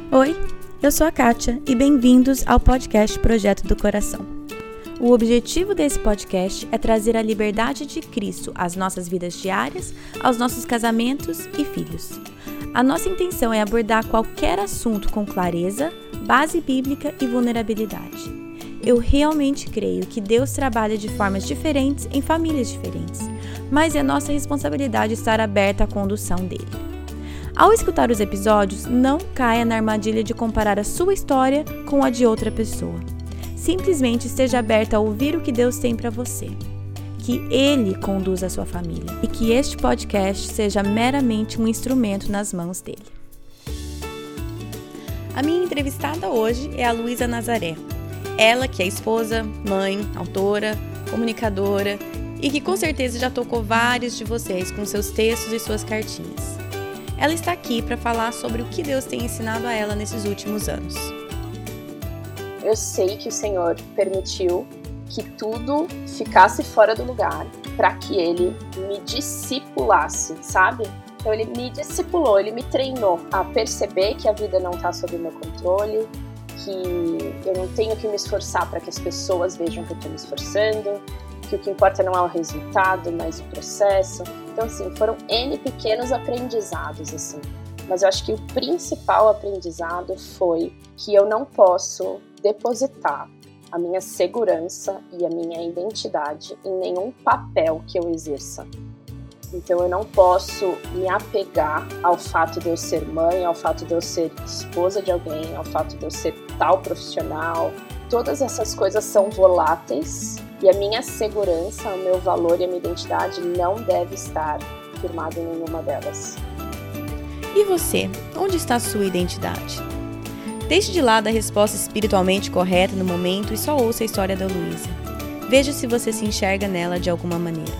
Oi, eu sou a Kátia e bem-vindos ao podcast Projeto do Coração. O objetivo desse podcast é trazer a liberdade de Cristo às nossas vidas diárias, aos nossos casamentos e filhos. A nossa intenção é abordar qualquer assunto com clareza, base bíblica e vulnerabilidade. Eu realmente creio que Deus trabalha de formas diferentes em famílias diferentes, mas é nossa responsabilidade estar aberta à condução dele. Ao escutar os episódios, não caia na armadilha de comparar a sua história com a de outra pessoa. Simplesmente esteja aberta a ouvir o que Deus tem para você. Que Ele conduza a sua família e que este podcast seja meramente um instrumento nas mãos dele. A minha entrevistada hoje é a Luísa Nazaré. Ela que é esposa, mãe, autora, comunicadora e que com certeza já tocou vários de vocês com seus textos e suas cartinhas. Ela está aqui para falar sobre o que Deus tem ensinado a ela nesses últimos anos. Eu sei que o Senhor permitiu que tudo ficasse fora do lugar para que Ele me discipulasse, sabe? Então Ele me discipulou, Ele me treinou a perceber que a vida não está sob meu controle, que eu não tenho que me esforçar para que as pessoas vejam que eu estou me esforçando, que o que importa não é o resultado, mas o processo. Então, assim, foram N pequenos aprendizados, assim. Mas eu acho que o principal aprendizado foi que eu não posso depositar a minha segurança e a minha identidade em nenhum papel que eu exerça. Então, eu não posso me apegar ao fato de eu ser mãe, ao fato de eu ser esposa de alguém, ao fato de eu ser tal profissional. Todas essas coisas são voláteis e a minha segurança, o meu valor e a minha identidade não deve estar firmado em nenhuma delas. E você? Onde está a sua identidade? Deixe de lado a resposta espiritualmente correta no momento e só ouça a história da Luísa. Veja se você se enxerga nela de alguma maneira.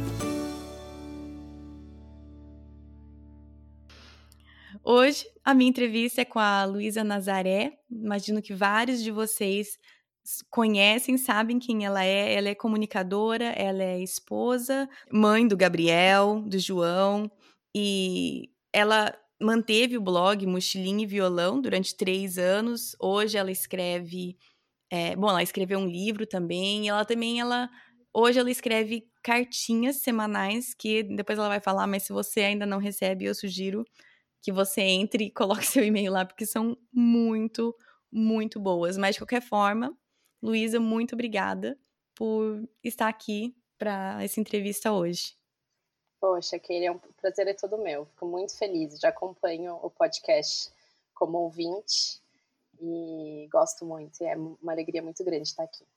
Hoje, a minha entrevista é com a Luísa Nazaré. Imagino que vários de vocês conhecem, sabem quem ela é. Ela é comunicadora, ela é esposa, mãe do Gabriel, do João. E ela manteve o blog Mochilinha e Violão durante 3 anos. Hoje ela escreve... ela escreveu um livro também. Hoje ela escreve cartinhas semanais, que depois ela vai falar, mas se você ainda não recebe, eu sugiro que você entre e coloque seu e-mail lá, porque são muito, muito boas. Mas, de qualquer forma, Luísa, muito obrigada por estar aqui para essa entrevista hoje. Poxa, Keila, o prazer é todo meu. Fico muito feliz. Já acompanho o podcast como ouvinte e gosto muito. É uma alegria muito grande estar aqui.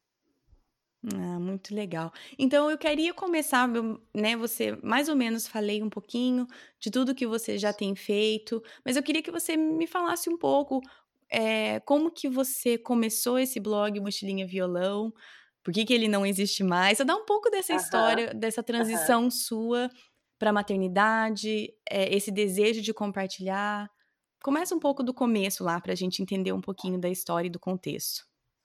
Muito legal. Então, eu queria começar, né, você mais ou menos falei um pouquinho de tudo que você já tem feito, mas eu queria que você me falasse um pouco como que você começou esse blog Mochilinha Violão, por que ele não existe mais, só dá um pouco dessa história, dessa transição sua para a maternidade, esse desejo de compartilhar. Começa um pouco do começo lá, para a gente entender um pouquinho da história e do contexto.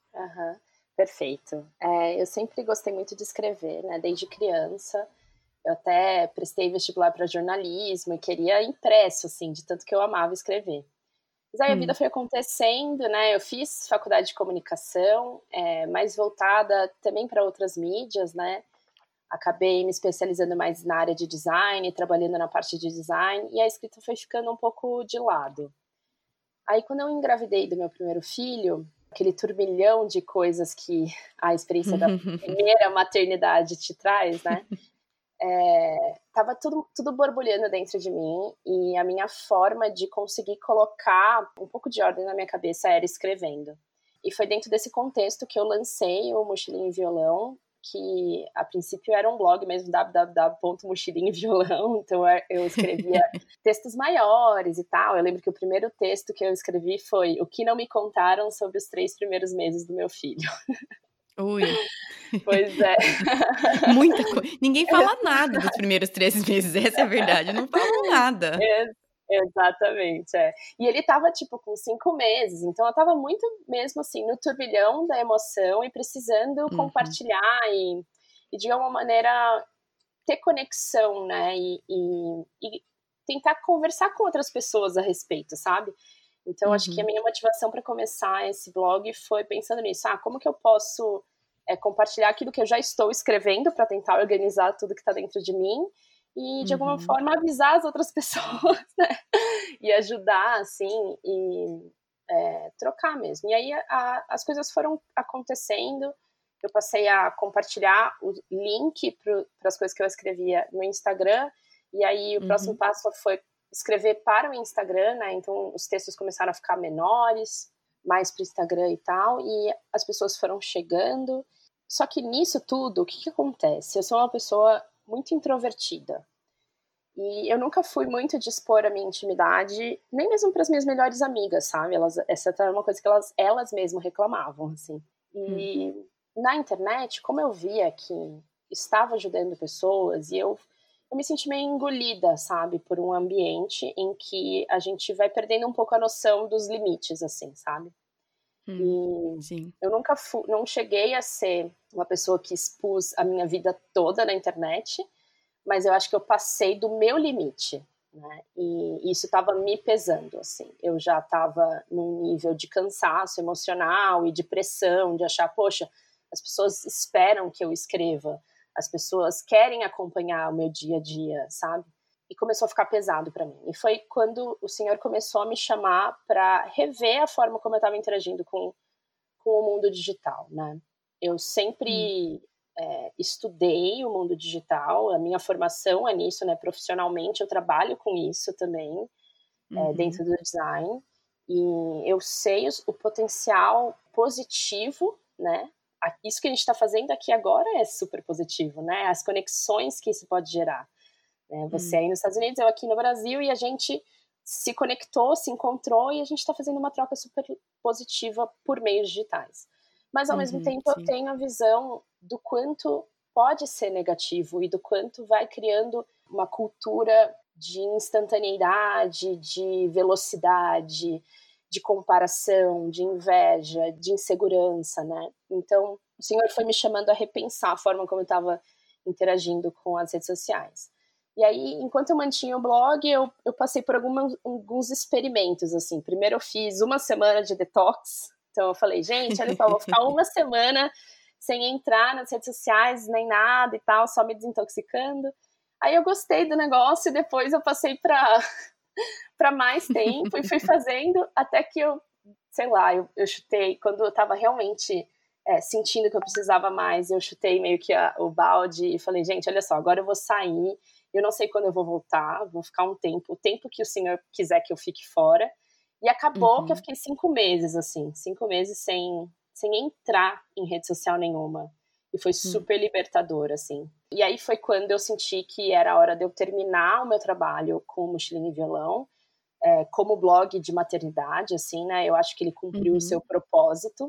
Perfeito. Eu sempre gostei muito de escrever, né? Desde criança. Eu até prestei vestibular para jornalismo e queria impresso, assim, de tanto que eu amava escrever. Mas aí a vida foi acontecendo, né? Eu fiz faculdade de comunicação, mais voltada também para outras mídias, né? Acabei me especializando mais na área de design, trabalhando na parte de design, e a escrita foi ficando um pouco de lado. Aí, quando eu engravidei do meu primeiro filho, aquele turbilhão de coisas que a experiência da primeira maternidade te traz, né? Tava tudo borbulhando dentro de mim e a minha forma de conseguir colocar um pouco de ordem na minha cabeça era escrevendo. E foi dentro desse contexto que eu lancei o Mochilinha e Violão, que a princípio era um blog mesmo, www.mochilinhaeviolão, então eu escrevia textos maiores e tal. Eu lembro que o primeiro texto que eu escrevi foi O que não me contaram sobre os 3 primeiros meses do meu filho. Ui. Pois é. Muita coisa. Ninguém fala nada dos primeiros 3 meses, essa é a verdade, não falam nada. Exatamente, E ele tava, tipo, com 5 meses, então eu tava muito mesmo, assim, no turbilhão da emoção e precisando compartilhar e de alguma maneira ter conexão, né, e tentar conversar com outras pessoas a respeito, sabe? Então, acho que a minha motivação para começar esse blog foi pensando nisso. Como que eu posso compartilhar aquilo que eu já estou escrevendo para tentar organizar tudo que está dentro de mim e, de alguma forma, avisar as outras pessoas, né? E ajudar, assim, e trocar mesmo. E aí as coisas foram acontecendo. Eu passei a compartilhar o link para as coisas que eu escrevia no Instagram. E aí o próximo passo foi escrever para o Instagram, né? Então os textos começaram a ficar menores, mais para o Instagram e tal. E as pessoas foram chegando. Só que nisso tudo, o que acontece? Eu sou uma pessoa muito introvertida. E eu nunca fui muito de expor a minha intimidade, nem mesmo para as minhas melhores amigas, sabe? Essa era uma coisa que elas mesmas reclamavam, assim. E na internet, como eu via que estava ajudando pessoas, e eu me senti meio engolida, sabe? Por um ambiente em que a gente vai perdendo um pouco a noção dos limites, assim, sabe? E sim. eu não cheguei a ser uma pessoa que expus a minha vida toda na internet, mas eu acho que eu passei do meu limite, né? E isso estava me pesando, assim. Eu já estava num nível de cansaço emocional e de pressão, de achar, poxa, as pessoas esperam que eu escreva, as pessoas querem acompanhar o meu dia a dia, sabe? E começou a ficar pesado para mim. E foi quando o Senhor começou a me chamar para rever a forma como eu estava interagindo com o mundo digital, né? Eu sempre estudei o mundo digital, a minha formação é nisso, né? Profissionalmente eu trabalho com isso também, dentro do design, e eu sei o potencial positivo, né? Isso que a gente está fazendo aqui agora é super positivo, né? As conexões que isso pode gerar. Né? Você aí nos Estados Unidos, eu aqui no Brasil, e a gente se conectou, se encontrou, e a gente está fazendo uma troca super positiva por meios digitais. Mas, ao mesmo tempo, eu tenho a visão do quanto pode ser negativo e do quanto vai criando uma cultura de instantaneidade, de velocidade, de comparação, de inveja, de insegurança, né? Então, o Senhor foi me chamando a repensar a forma como eu estava interagindo com as redes sociais. E aí, enquanto eu mantinha o blog, eu passei por alguns experimentos, assim. Primeiro eu fiz uma semana de detox. Então eu falei, gente, olha só, vou ficar uma semana sem entrar nas redes sociais, nem nada e tal, só me desintoxicando. Aí eu gostei do negócio e depois eu passei para mais tempo e fui fazendo até que eu, sei lá, eu chutei, quando eu tava realmente sentindo que eu precisava mais, eu chutei meio que o balde e falei, gente, olha só, agora eu vou sair, eu não sei quando eu vou voltar, vou ficar um tempo, o tempo que o Senhor quiser que eu fique fora. E acabou que eu fiquei 5 meses, assim, 5 meses sem entrar em rede social nenhuma. E foi super libertador, assim. E aí foi quando eu senti que era a hora de eu terminar o meu trabalho com Mochilinha e Violão, como blog de maternidade, assim, né? Eu acho que ele cumpriu o seu propósito.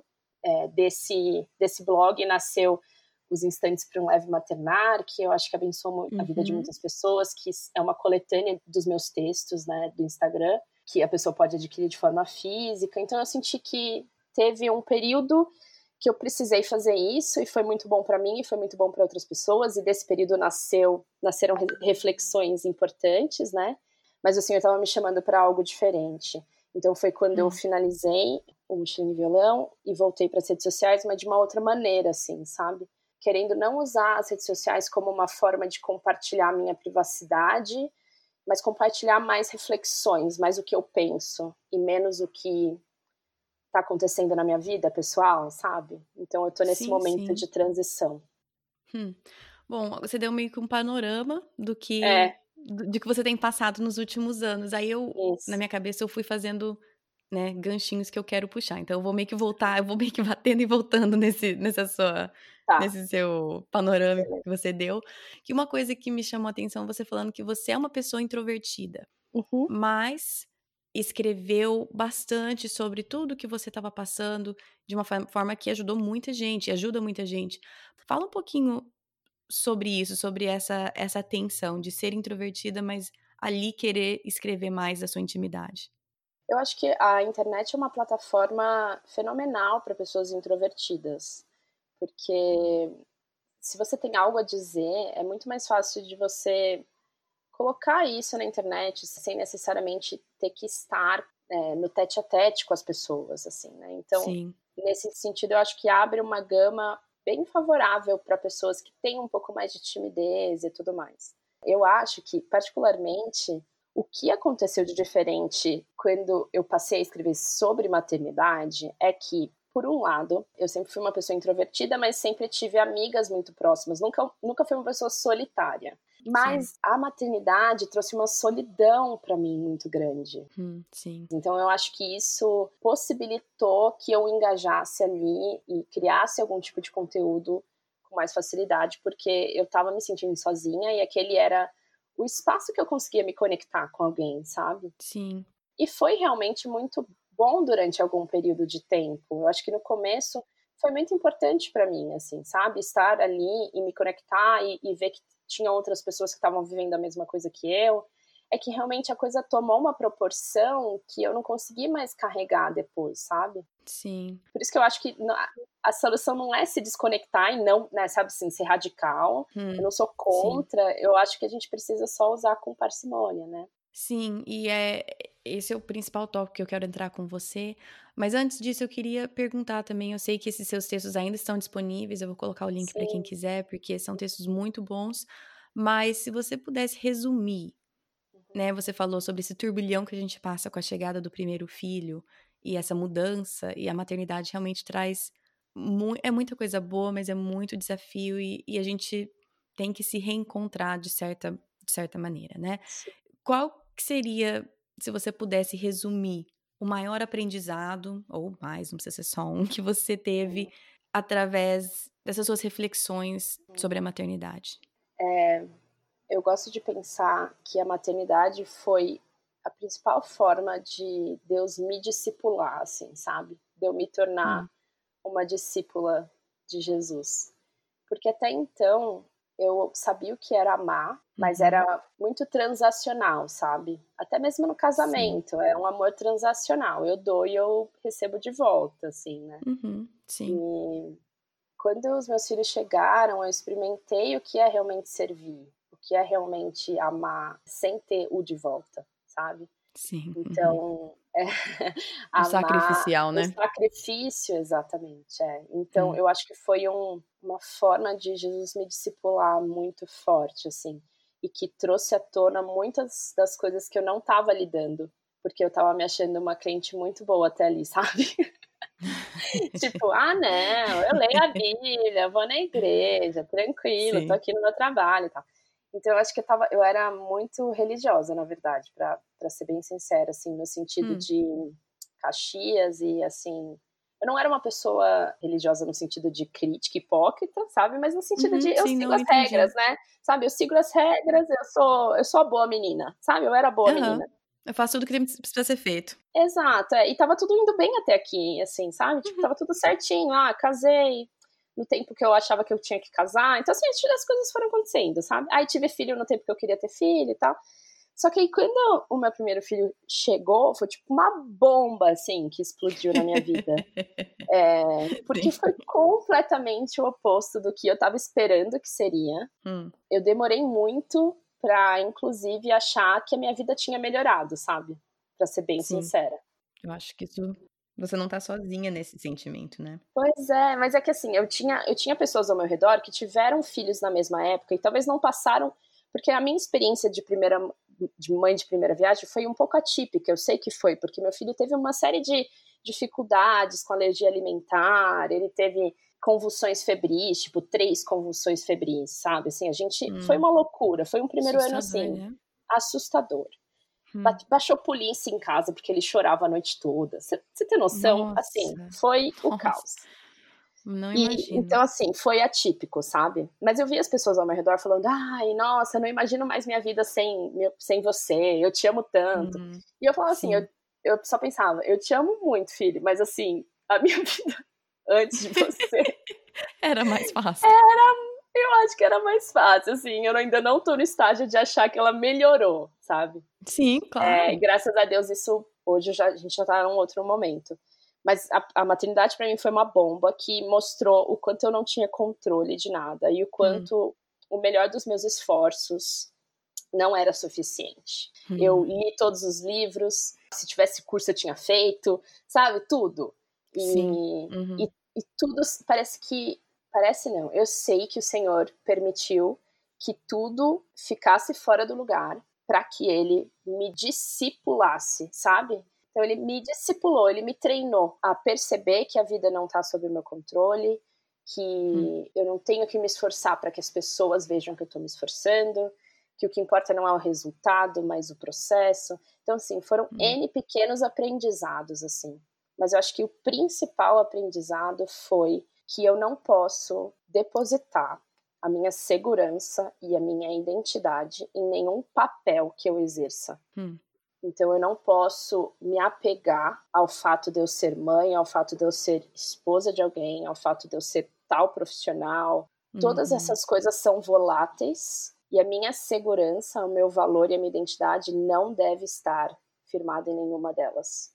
Desse blog nasceu Os Instantes para um Leve Maternar, que eu acho que abençoou a vida de muitas pessoas, que é uma coletânea dos meus textos, né, do Instagram, que a pessoa pode adquirir de forma física. Então eu senti que teve um período que eu precisei fazer isso e foi muito bom para mim e foi muito bom para outras pessoas, e desse período nasceram reflexões importantes, né? Mas o Senhor estava me chamando para algo diferente. Então foi quando eu finalizei o Mochilinha e Violão e voltei para as redes sociais, mas de uma outra maneira, assim, sabe? Querendo não usar as redes sociais como uma forma de compartilhar a minha privacidade, mas compartilhar mais reflexões, mais o que eu penso e menos o que está acontecendo na minha vida pessoal, sabe? Então eu tô nesse momento de transição. Bom, você deu meio que um panorama do que você tem passado nos últimos anos. Aí na minha cabeça, eu fui fazendo, né, ganchinhos que eu quero puxar. Então eu vou meio que batendo e voltando nesse seu panorama que você deu. Que uma coisa que me chamou a atenção, você falando que você é uma pessoa introvertida, mas escreveu bastante sobre tudo que você estava passando de uma forma que ajudou muita gente, ajuda muita gente. Fala um pouquinho sobre isso, sobre essa tensão de ser introvertida, mas ali querer escrever mais da sua intimidade. Eu acho que a internet é uma plataforma fenomenal para pessoas introvertidas, porque se você tem algo a dizer, é muito mais fácil de você colocar isso na internet sem necessariamente ter que estar no tete-a-tete com as pessoas, assim, né? Então, Sim. nesse sentido, eu acho que abre uma gama bem favorável para pessoas que têm um pouco mais de timidez e tudo mais. Eu acho que, particularmente, o que aconteceu de diferente quando eu passei a escrever sobre maternidade é que, por um lado, eu sempre fui uma pessoa introvertida, mas sempre tive amigas muito próximas. Nunca fui uma pessoa solitária. Mas Sim. a maternidade trouxe uma solidão para mim muito grande. Sim. Então eu acho que isso possibilitou que eu engajasse ali e criasse algum tipo de conteúdo com mais facilidade, porque eu estava me sentindo sozinha e aquele era o espaço que eu conseguia me conectar com alguém, sabe? Sim. E foi realmente muito bom durante algum período de tempo. Eu acho que no começo foi muito importante para mim, assim, sabe? Estar ali e me conectar e ver que tinha outras pessoas que estavam vivendo a mesma coisa que eu. É que realmente a coisa tomou uma proporção que eu não consegui mais carregar depois, sabe? Sim. Por isso que eu acho que a solução não é se desconectar e não, né, sabe assim, ser radical. Eu não sou contra, Sim. eu acho que a gente precisa só usar com parcimônia, né? Sim, e esse é o principal tópico que eu quero entrar com você. Mas antes disso, eu queria perguntar também. Eu sei que esses seus textos ainda estão disponíveis, eu vou colocar o link para quem Sim. quiser, porque são textos muito bons. Mas se você pudesse resumir, né? Você falou sobre esse turbilhão que a gente passa com a chegada do primeiro filho e essa mudança, e a maternidade realmente traz é muita coisa boa, mas é muito desafio, e a gente tem que se reencontrar de certa maneira, né? Sim. Qual que seria, se você pudesse resumir, o maior aprendizado, ou mais, não precisa ser só um, que você teve através dessas suas reflexões sobre a maternidade? Eu gosto de pensar que a maternidade foi a principal forma de Deus me discipular, assim, sabe? De eu me tornar uma discípula de Jesus. Porque até então eu sabia o que era amar, mas era muito transacional, sabe? Até mesmo no Sim. casamento, é um amor transacional. Eu dou e eu recebo de volta, assim, né? Sim. E quando os meus filhos chegaram, eu experimentei o que é realmente servir, o que é realmente amar sem ter o de volta, sabe? Sim. Então, O amar sacrificial, o né? sacrifício, exatamente. Então, eu acho que foi uma forma de Jesus me discipular muito forte, assim, e que trouxe à tona muitas das coisas que eu não estava lidando, porque eu estava me achando uma crente muito boa até ali, sabe? Tipo, não, eu leio a Bíblia, vou na igreja, tranquilo, tô Sim. aqui no meu trabalho e tal. Então eu acho que eu era muito religiosa, na verdade, pra ser bem sincera, assim, no sentido de Caxias e, assim, eu não era uma pessoa religiosa no sentido de crítica, hipócrita, sabe? Mas no sentido de eu Sim, sigo não, as regras, entendi. né? Sabe? Eu sigo as regras, eu sou a boa menina, sabe? Eu era a boa menina. Eu faço tudo que precisa ser feito. Exato, e tava tudo indo bem até aqui, assim, sabe? Tipo, tava tudo certinho, casei no tempo que eu achava que eu tinha que casar, então assim, as coisas foram acontecendo, sabe? Aí tive filho no tempo que eu queria ter filho e tal. Só que aí quando o meu primeiro filho chegou, foi tipo uma bomba, assim, que explodiu na minha vida. Porque Sim. foi completamente o oposto do que eu tava esperando que seria. Eu demorei muito pra, inclusive, achar que a minha vida tinha melhorado, sabe? Pra ser bem Sim. sincera. Eu acho que isso, você não tá sozinha nesse sentimento, né? Pois é, mas é que assim, eu tinha pessoas ao meu redor que tiveram filhos na mesma época e talvez não passaram, porque a minha experiência de mãe de primeira viagem foi um pouco atípica, eu sei que foi, porque meu filho teve uma série de dificuldades com alergia alimentar, ele teve convulsões febris, tipo 3 convulsões febris, sabe? Assim, foi uma loucura, foi um primeiro ano Assustador, assim, né? assustador. Baixou polícia em casa porque ele chorava a noite toda. Você tem noção? Assim, Nossa, foi o nossa, caos. não E imagino. então, assim, foi atípico, sabe? Mas eu vi as pessoas ao meu redor falando: ai, nossa, eu não imagino mais minha vida sem você, eu te amo tanto. E eu falava assim: Sim. eu só pensava, eu te amo muito, filho, mas assim, a minha vida antes de você, Era mais fácil. eu acho que era mais fácil, assim, eu ainda não tô no estágio de achar que ela melhorou, sabe? Sim, claro. Graças a Deus, isso hoje a gente já tá num outro momento. Mas a maternidade para mim foi uma bomba que mostrou o quanto eu não tinha controle de nada e o quanto o melhor dos meus esforços não era suficiente. Eu li todos os livros, Se tivesse curso eu tinha feito, sabe? Tudo. Sim. E tudo parece não, eu sei que o Senhor permitiu que tudo ficasse fora do lugar para que ele me discipulasse, sabe? Então ele me discipulou, ele me treinou a perceber que a vida não está sob o meu controle, que eu não tenho que me esforçar para que as pessoas vejam que eu estou me esforçando, que o que importa não é o resultado, mas o processo. Então, assim, foram N pequenos aprendizados, assim. Mas eu acho que o principal aprendizado foi que eu não posso depositar a minha segurança e a minha identidade em nenhum papel que eu exerça. Então eu não posso me apegar ao fato de eu ser mãe, ao fato de eu ser esposa de alguém, ao fato de eu ser tal profissional. Todas essas coisas são voláteis e a minha segurança, o meu valor e a minha identidade não deve estar firmada em nenhuma delas.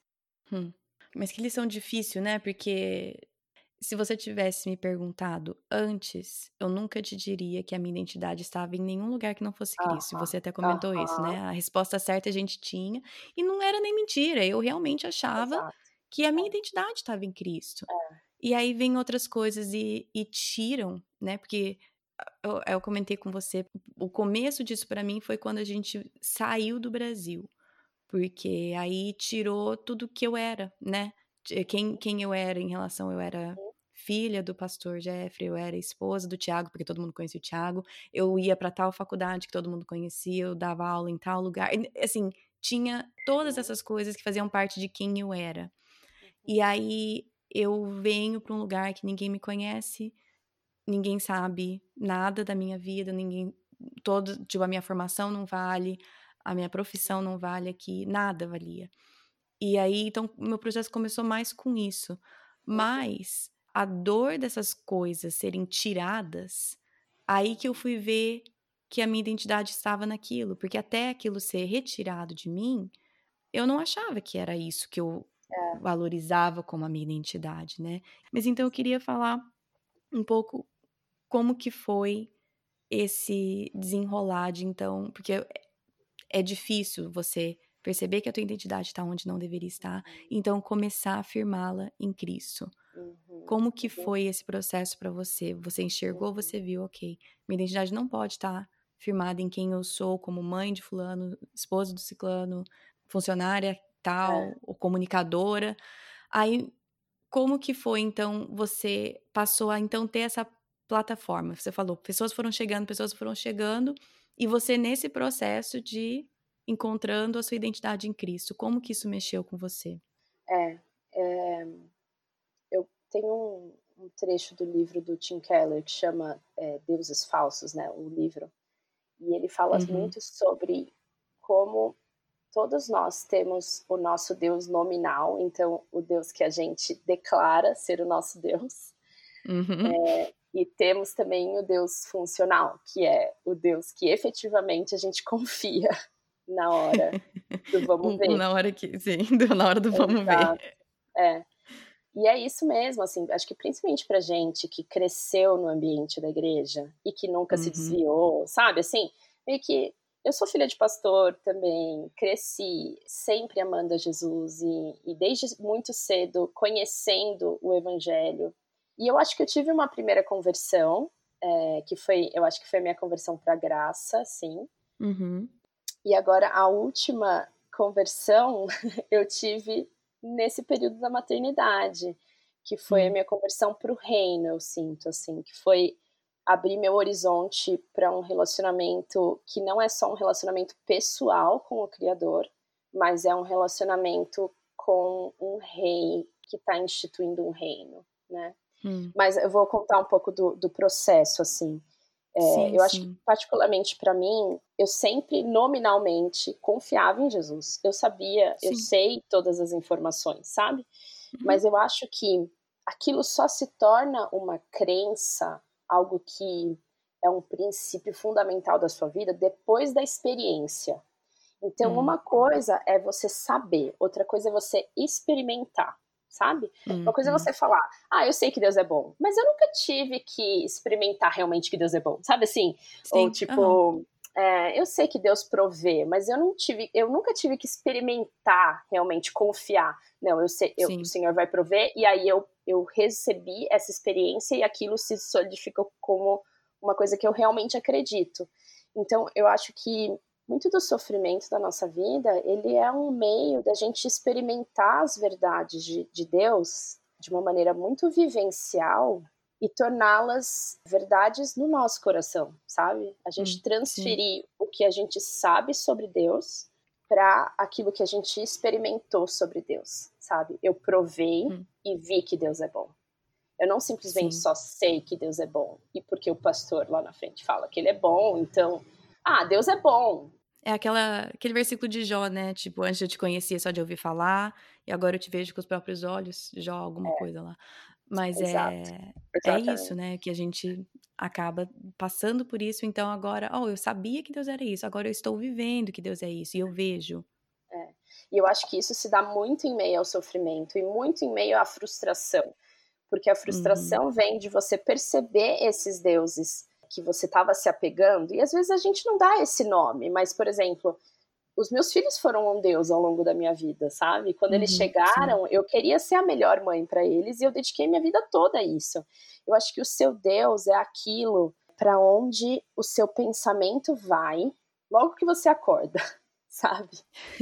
Mas que lição difícil, né? Porque se você tivesse me perguntado antes, eu nunca te diria que a minha identidade estava em nenhum lugar que não fosse Cristo. E você até comentou isso, né? A resposta certa a gente tinha. E não era nem mentira. Eu realmente achava Exato. que a minha identidade estava em Cristo. E aí vem outras coisas e tiram, né? Porque eu comentei com você, o começo disso para mim foi quando a gente saiu do Brasil. Porque aí tirou tudo que eu era, né? Quem eu era em relação, eu era filha do pastor Jeffrey, eu era esposa do Tiago, porque todo mundo conhecia o Tiago, eu ia para tal faculdade que todo mundo conhecia, eu dava aula em tal lugar, assim, tinha todas essas coisas que faziam parte de quem eu era. E aí eu venho para um lugar que ninguém me conhece, ninguém sabe nada da minha vida, tipo, a minha formação não vale, a minha profissão não vale aqui, nada valia. E aí, então, o meu processo começou mais com isso. Mas a dor dessas coisas serem tiradas, aí que eu fui ver que a minha identidade estava naquilo. Porque até aquilo ser retirado de mim, eu não achava que era isso que eu valorizava como a minha identidade, né? Mas então eu queria falar um pouco como que foi esse desenrolar de então, porque é difícil você perceber que a tua identidade está onde não deveria estar, então começar a afirmá-la em Cristo. Como que foi esse processo para você? Você enxergou, você viu, ok, minha identidade não pode estar firmada em quem eu sou como mãe de fulano, esposa do ciclano, funcionária tal, ou comunicadora. Aí, como que foi, então, você passou a, então, ter essa plataforma? Você falou, pessoas foram chegando, e você nesse processo de encontrando a sua identidade em Cristo. Como que isso mexeu com você? Eu tenho um trecho do livro do Tim Keller que chama Deuses Falsos, né, o livro. E ele fala muito sobre como todos nós temos o nosso Deus nominal, então o Deus que a gente declara ser o nosso Deus. E temos também o Deus funcional, que é o Deus que efetivamente a gente confia na hora do vamos ver. Na hora do vamos ver. E é isso mesmo, assim, acho que principalmente pra gente que cresceu no ambiente da igreja e que nunca se desviou, sabe, assim, meio que eu sou filha de pastor também, cresci sempre amando a Jesus e desde muito cedo conhecendo o evangelho. E eu acho que eu tive uma primeira conversão, eu acho que foi a minha conversão pra graça, sim. E agora a última conversão eu tive nesse período da maternidade, que foi a minha conversão para o reino, eu sinto, assim, que foi abrir meu horizonte para um relacionamento que não é só um relacionamento pessoal com o Criador, mas é um relacionamento com um rei que está instituindo um reino, né? Mas eu vou contar um pouco do processo, assim. Eu acho que, particularmente para mim, eu sempre nominalmente confiava em Jesus. Eu sabia, eu sei todas as informações, sabe? Mas eu acho que aquilo só se torna uma crença, algo que é um princípio fundamental da sua vida depois da experiência. Então, uma coisa é você saber, outra coisa é você experimentar, sabe? Uma coisa é você falar, eu sei que Deus é bom, mas eu nunca tive que experimentar realmente que Deus é bom, sabe assim? Ou tipo, eu sei que Deus provê, mas eu nunca tive que experimentar realmente confiar. Não, o Senhor vai prover, e aí eu recebi essa experiência e aquilo se solidificou como uma coisa que eu realmente acredito. Então, eu acho que muito do sofrimento da nossa vida, ele é um meio da gente experimentar as verdades de Deus de uma maneira muito vivencial e torná-las verdades no nosso coração, sabe? A gente transferir o que a gente sabe sobre Deus para aquilo que a gente experimentou sobre Deus, sabe? Eu provei e vi que Deus é bom. Eu não simplesmente só sei que Deus é bom e porque o pastor lá na frente fala que ele é bom, então, Deus é bom. É aquele versículo de Jó, né? Tipo, antes eu te conhecia só de ouvir falar, e agora eu te vejo com os próprios olhos. Jó, alguma coisa lá. Mas é isso, né? Que a gente acaba passando por isso. Então agora, eu sabia que Deus era isso. Agora eu estou vivendo que Deus é isso. E eu vejo. E eu acho que isso se dá muito em meio ao sofrimento e muito em meio à frustração. Porque a frustração vem de você perceber esses deuses que você estava se apegando. E às vezes a gente não dá esse nome. Mas, por exemplo, os meus filhos foram um Deus ao longo da minha vida, sabe? Quando eles chegaram, eu queria ser a melhor mãe para eles e eu dediquei minha vida toda a isso. Eu acho que o seu Deus é aquilo para onde o seu pensamento vai logo que você acorda, sabe?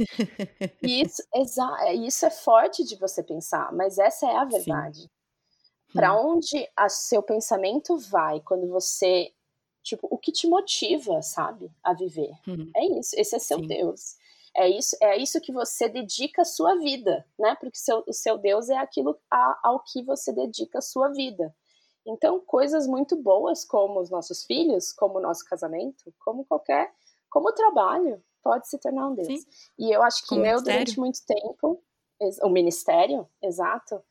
E isso é forte de você pensar, mas essa é a verdade. Para onde o seu pensamento vai quando você... Tipo, o que te motiva, sabe, a viver. É isso, esse é seu Deus. É isso que você dedica a sua vida, né? Porque o seu Deus é aquilo ao que você dedica a sua vida. Então, coisas muito boas como os nossos filhos, como o nosso casamento, como o trabalho, pode se tornar um Deus. Sim. E eu acho que durante muito tempo, o ministério, exato,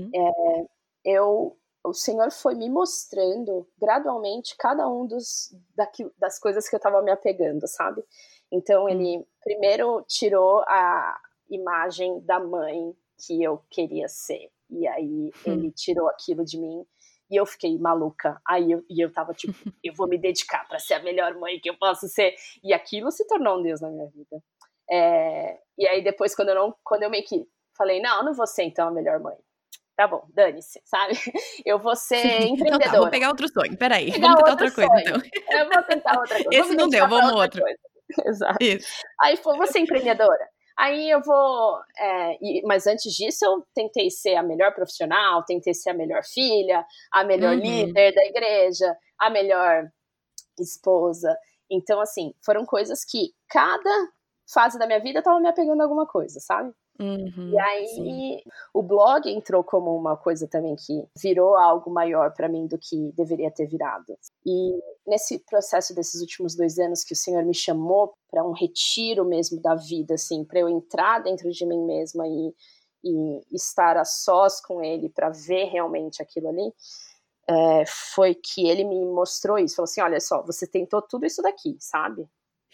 o Senhor foi me mostrando gradualmente cada um das coisas que eu estava me apegando, sabe? Então, ele primeiro tirou a imagem da mãe que eu queria ser. E aí, ele tirou aquilo de mim e eu fiquei maluca. Aí, eu tava tipo, eu vou me dedicar para ser a melhor mãe que eu posso ser. E aquilo se tornou um Deus na minha vida. E aí, depois, quando eu meio que falei, não vou ser, então, a melhor mãe. Tá bom, dane-se, sabe? Eu vou ser empreendedora. Então tá, vou pegar outro sonho, peraí, vamos tentar outra coisa, então. Eu vou tentar outra coisa. Esse não deu, vamos outro. Exato. Isso. Aí, vou ser empreendedora. Aí eu vou... mas antes disso, eu tentei ser a melhor profissional, tentei ser a melhor filha, a melhor líder da igreja, a melhor esposa. Então, assim, foram coisas que cada fase da minha vida tava me apegando a alguma coisa, sabe? E aí o blog entrou como uma coisa também que virou algo maior para mim do que deveria ter virado. E nesse processo desses últimos 2 anos que o Senhor me chamou para um retiro mesmo da vida, assim, para eu entrar dentro de mim mesma e estar a sós com Ele para ver realmente aquilo ali, foi que Ele me mostrou isso. Falou assim, olha só, você tentou tudo isso daqui, sabe?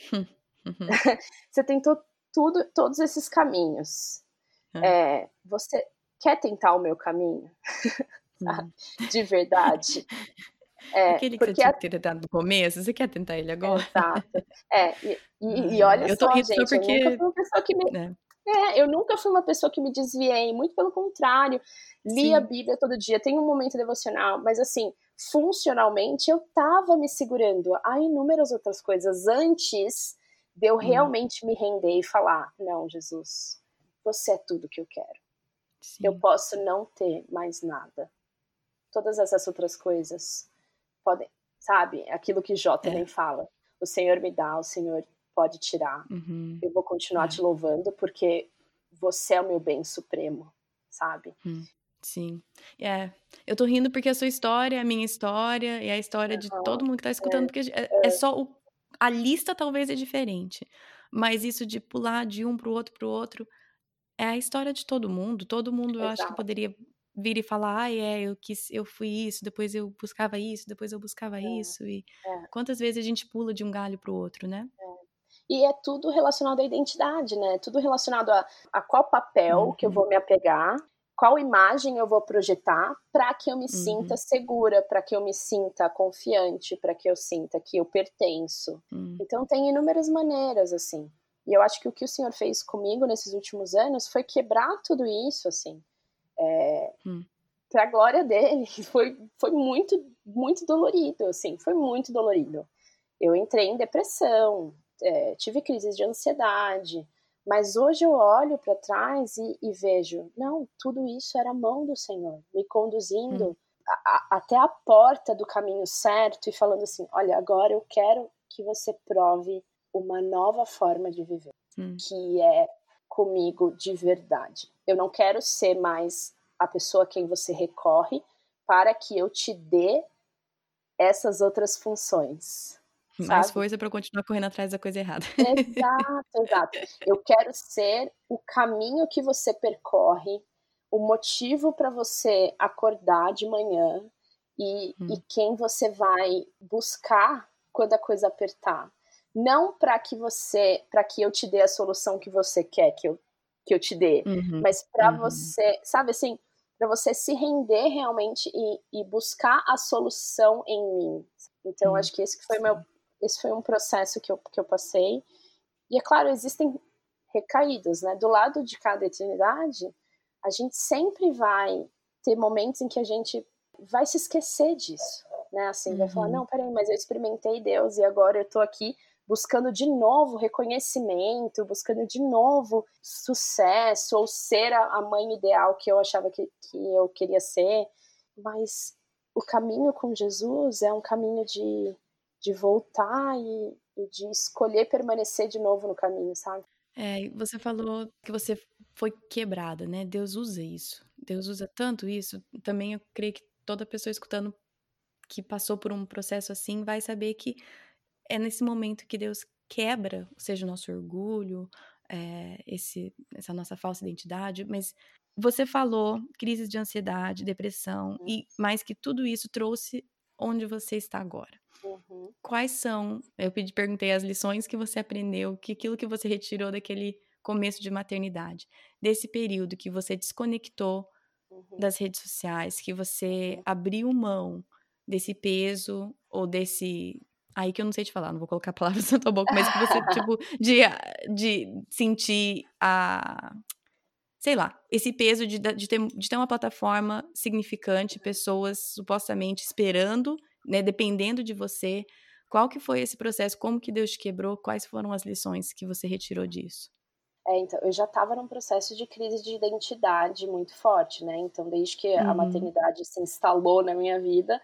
Você tentou todos esses caminhos. Você quer tentar o meu caminho? Sabe? De verdade. Aquele que você tinha que ter tentado no começo, você quer tentar ele agora? Exato. E olha só, gente, porque... eu nunca fui uma pessoa que eu nunca fui uma pessoa que me desviei, muito pelo contrário, li a Bíblia todo dia, tenho um momento devocional, mas assim, funcionalmente eu tava me segurando a inúmeras outras coisas antes de eu realmente me render e falar, não, Jesus, você é tudo que eu quero. Eu posso não ter mais nada. Todas essas outras coisas podem, sabe, aquilo que Jó também fala, o Senhor me dá, o Senhor pode tirar. Eu vou continuar te louvando porque você é o meu bem supremo, sabe? Sim. Eu tô rindo porque a sua história é a minha história e a história de todo mundo que tá escutando, porque é só a lista talvez é diferente, mas isso de pular de um pro outro, é a história de todo mundo eu acho que poderia vir e falar, eu fui isso, depois eu buscava isso, depois eu buscava isso, e quantas vezes a gente pula de um galho pro outro, né? E é tudo relacionado à identidade, né? Tudo relacionado a qual papel que eu vou me apegar, qual imagem eu vou projetar para que eu me sinta segura, para que eu me sinta confiante, para que eu sinta que eu pertenço. Então tem inúmeras maneiras, assim. E eu acho que o que o Senhor fez comigo nesses últimos anos foi quebrar tudo isso, assim. Para a glória dele, foi muito, muito dolorido, assim, foi muito dolorido. Eu entrei em depressão, tive crises de ansiedade, mas hoje eu olho para trás e vejo, não, tudo isso era a mão do Senhor, me conduzindo até a porta do caminho certo e falando assim, olha, agora eu quero que você prove uma nova forma de viver, que é comigo de verdade. Eu não quero ser mais a pessoa a quem você recorre para que eu te dê essas outras funções. Mais Sabe? força para continuar correndo atrás da coisa errada. Exato. Eu quero ser o caminho que você percorre, o motivo para você acordar de manhã e quem você vai buscar quando a coisa apertar. Não para que eu te dê a solução que você quer que eu te dê, mas para você, sabe assim, para você se render realmente e buscar a solução em mim. Então, acho que esse foi um processo que eu passei. E, é claro, existem recaídas, né? Do lado de cada eternidade, a gente sempre vai ter momentos em que a gente vai se esquecer disso, né? Assim, vai falar, não, peraí, mas eu experimentei Deus e agora eu tô aqui buscando de novo reconhecimento, buscando de novo sucesso, ou ser a mãe ideal que eu achava que eu queria ser. Mas o caminho com Jesus é um caminho de voltar e de escolher permanecer de novo no caminho, sabe? Você falou que você foi quebrada, né? Deus usa isso. Deus usa tanto isso. Também eu creio que toda pessoa escutando que passou por um processo assim vai saber que é nesse momento que Deus quebra, seja o nosso orgulho, essa nossa falsa identidade, mas você falou crises de ansiedade, depressão, e mais que tudo isso trouxe onde você está agora. Quais são, perguntei as lições que você aprendeu, aquilo que você retirou daquele começo de maternidade, desse período que você desconectou das redes sociais, que você abriu mão desse peso ou desse... Aí que eu não sei te falar, não vou colocar palavras na tua boca, mas que você, tipo, de sentir sei lá, esse peso de ter uma plataforma significante, pessoas supostamente esperando, né, dependendo de você. Qual que foi esse processo? Como que Deus te quebrou? Quais foram as lições que você retirou disso? Então, eu já estava num processo de crise de identidade muito forte, né? Então, desde que a maternidade se instalou na minha vida,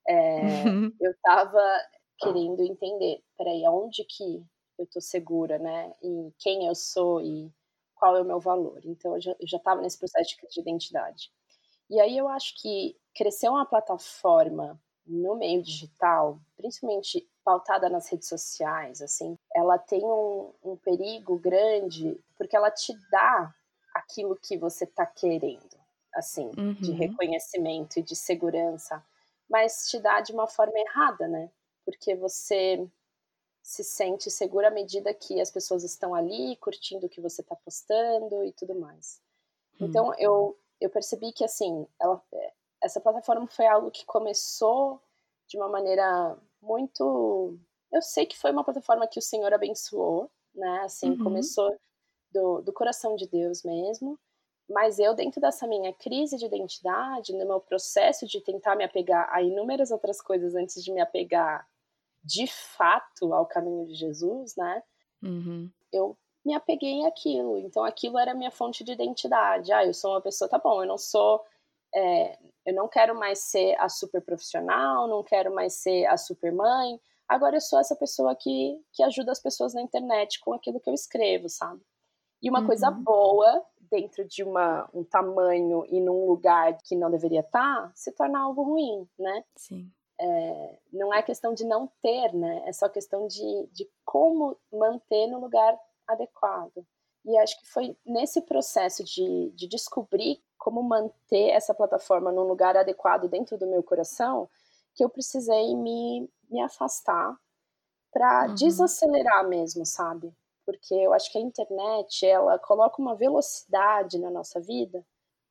eu estava querendo entender, peraí, aonde que eu tô segura, né? E quem eu sou e qual é o meu valor. Então, eu já estava nesse processo de crise de identidade. E aí eu acho que crescer uma plataforma no meio digital, principalmente pautada nas redes sociais, assim, ela tem um perigo grande, porque ela te dá aquilo que você tá querendo, assim, de reconhecimento e de segurança, mas te dá de uma forma errada, né? Porque você se sente segura à medida que as pessoas estão ali curtindo o que você tá postando e tudo mais. Então, eu percebi que, assim, essa plataforma foi algo que começou de uma maneira muito... Eu sei que foi uma plataforma que o Senhor abençoou, né? Assim, começou do coração de Deus mesmo, mas eu, dentro dessa minha crise de identidade, no meu processo de tentar me apegar a inúmeras outras coisas antes de me apegar de fato ao caminho de Jesus, né? Eu me apeguei àquilo. Então, aquilo era a minha fonte de identidade. Eu sou uma pessoa, tá bom, eu não sou... eu não quero mais ser a super profissional, não quero mais ser a super mãe. Agora eu sou essa pessoa que ajuda as pessoas na internet com aquilo que eu escrevo, sabe? E uma coisa boa, dentro de um tamanho e num lugar que não deveria estar, se torna algo ruim, né? Sim. Não é questão de não ter, né? É só questão de como manter no lugar adequado. E acho que foi nesse processo de descobrir como manter essa plataforma num lugar adequado dentro do meu coração que eu precisei me afastar para desacelerar mesmo, sabe? Porque eu acho que a internet, ela coloca uma velocidade na nossa vida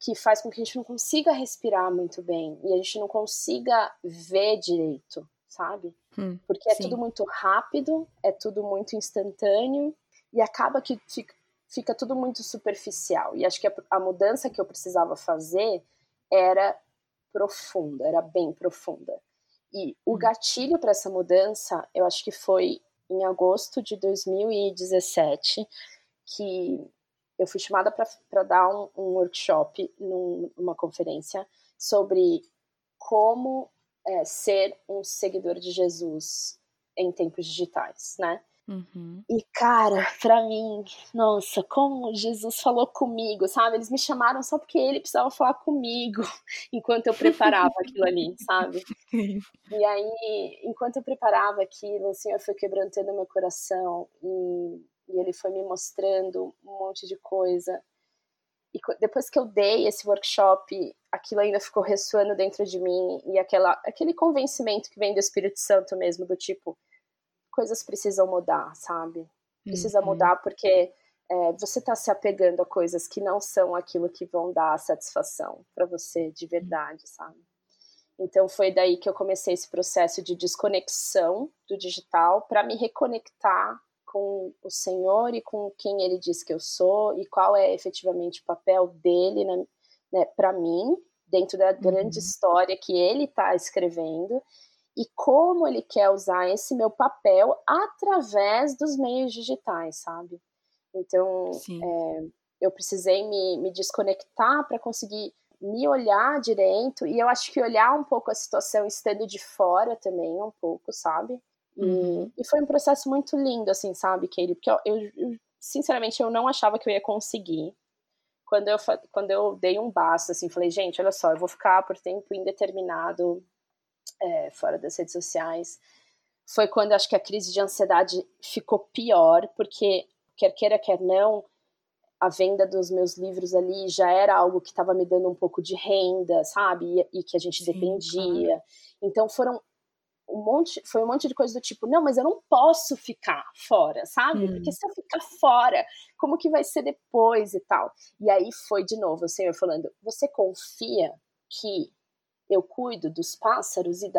que faz com que a gente não consiga respirar muito bem e a gente não consiga ver direito, sabe? Porque é tudo muito rápido, é tudo muito instantâneo e acaba que fica tudo muito superficial. E acho que a mudança que eu precisava fazer era profunda, era bem profunda. E o gatilho para essa mudança, eu acho que foi em agosto de 2017, que eu fui chamada para dar um workshop numa conferência sobre como ser um seguidor de Jesus em tempos digitais, né? E, cara, pra mim, nossa, como Jesus falou comigo, sabe? Eles me chamaram só porque ele precisava falar comigo enquanto eu preparava aquilo ali, sabe? E aí, enquanto eu preparava aquilo, o Senhor foi quebrantando meu coração e ele foi me mostrando um monte de coisa. E depois que eu dei esse workshop, aquilo ainda ficou ressoando dentro de mim e aquele convencimento que vem do Espírito Santo mesmo, do tipo, coisas precisam mudar, sabe? Precisa mudar porque você tá se apegando a coisas que não são aquilo que vão dar satisfação para você de verdade, sabe? Então foi daí que eu comecei esse processo de desconexão do digital para me reconectar com o Senhor e com quem Ele diz que eu sou e qual é efetivamente o papel dele, né, para mim, dentro da grande história que Ele está escrevendo e como Ele quer usar esse meu papel através dos meios digitais, sabe? Então, eu precisei me desconectar para conseguir me olhar direito, e eu acho que olhar um pouco a situação estando de fora também, um pouco, sabe? E foi um processo muito lindo, assim, sabe, Katie? Porque eu sinceramente, eu não achava que eu ia conseguir. Quando eu dei um basta, assim, falei, gente, olha só, eu vou ficar por tempo indeterminado fora das redes sociais. Foi quando acho que a crise de ansiedade ficou pior, porque, quer queira, quer não, a venda dos meus livros ali já era algo que estava me dando um pouco de renda, sabe? E que a gente dependia. Claro. Então foi um monte de coisa do tipo, não, mas eu não posso ficar fora, sabe? Porque se eu ficar fora, como que vai ser depois e tal? E aí foi de novo o Senhor falando, você confia que eu cuido dos pássaros e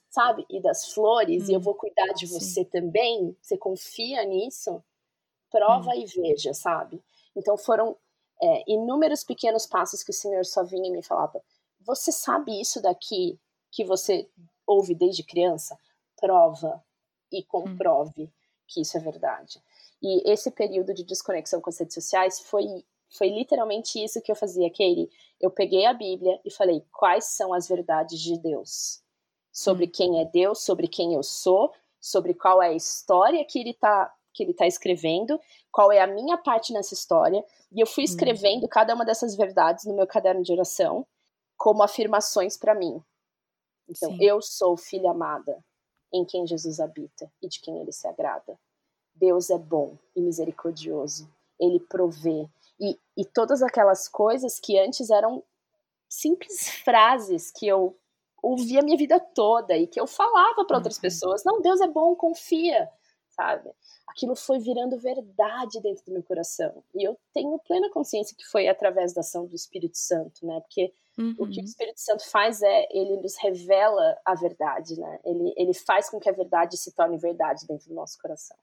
das flores e eu vou cuidar de você também? Você confia nisso? Prova e veja, sabe? Então foram inúmeros pequenos passos que o Senhor só vinha e me falava, você sabe isso daqui que você ouve desde criança? Prova e comprove que isso é verdade. E esse período de desconexão com as redes sociais foi literalmente isso que eu fazia, Katie. Eu peguei a Bíblia e falei, quais são as verdades de Deus? Sobre quem é Deus, sobre quem eu sou, sobre qual é a história que ele tá escrevendo, qual é a minha parte nessa história, e eu fui escrevendo cada uma dessas verdades no meu caderno de oração como afirmações para mim. Então, eu sou filha amada em quem Jesus habita e de quem ele se agrada. Deus é bom e misericordioso, ele provê. E todas aquelas coisas que antes eram simples frases que eu ouvi a minha vida toda e que eu falava para outras pessoas, não, Deus é bom, confia, sabe? Aquilo foi virando verdade dentro do meu coração. E eu tenho plena consciência que foi através da ação do Espírito Santo, né? Porque o que o Espírito Santo faz ele nos revela a verdade, né? Ele faz com que a verdade se torne verdade dentro do nosso coração.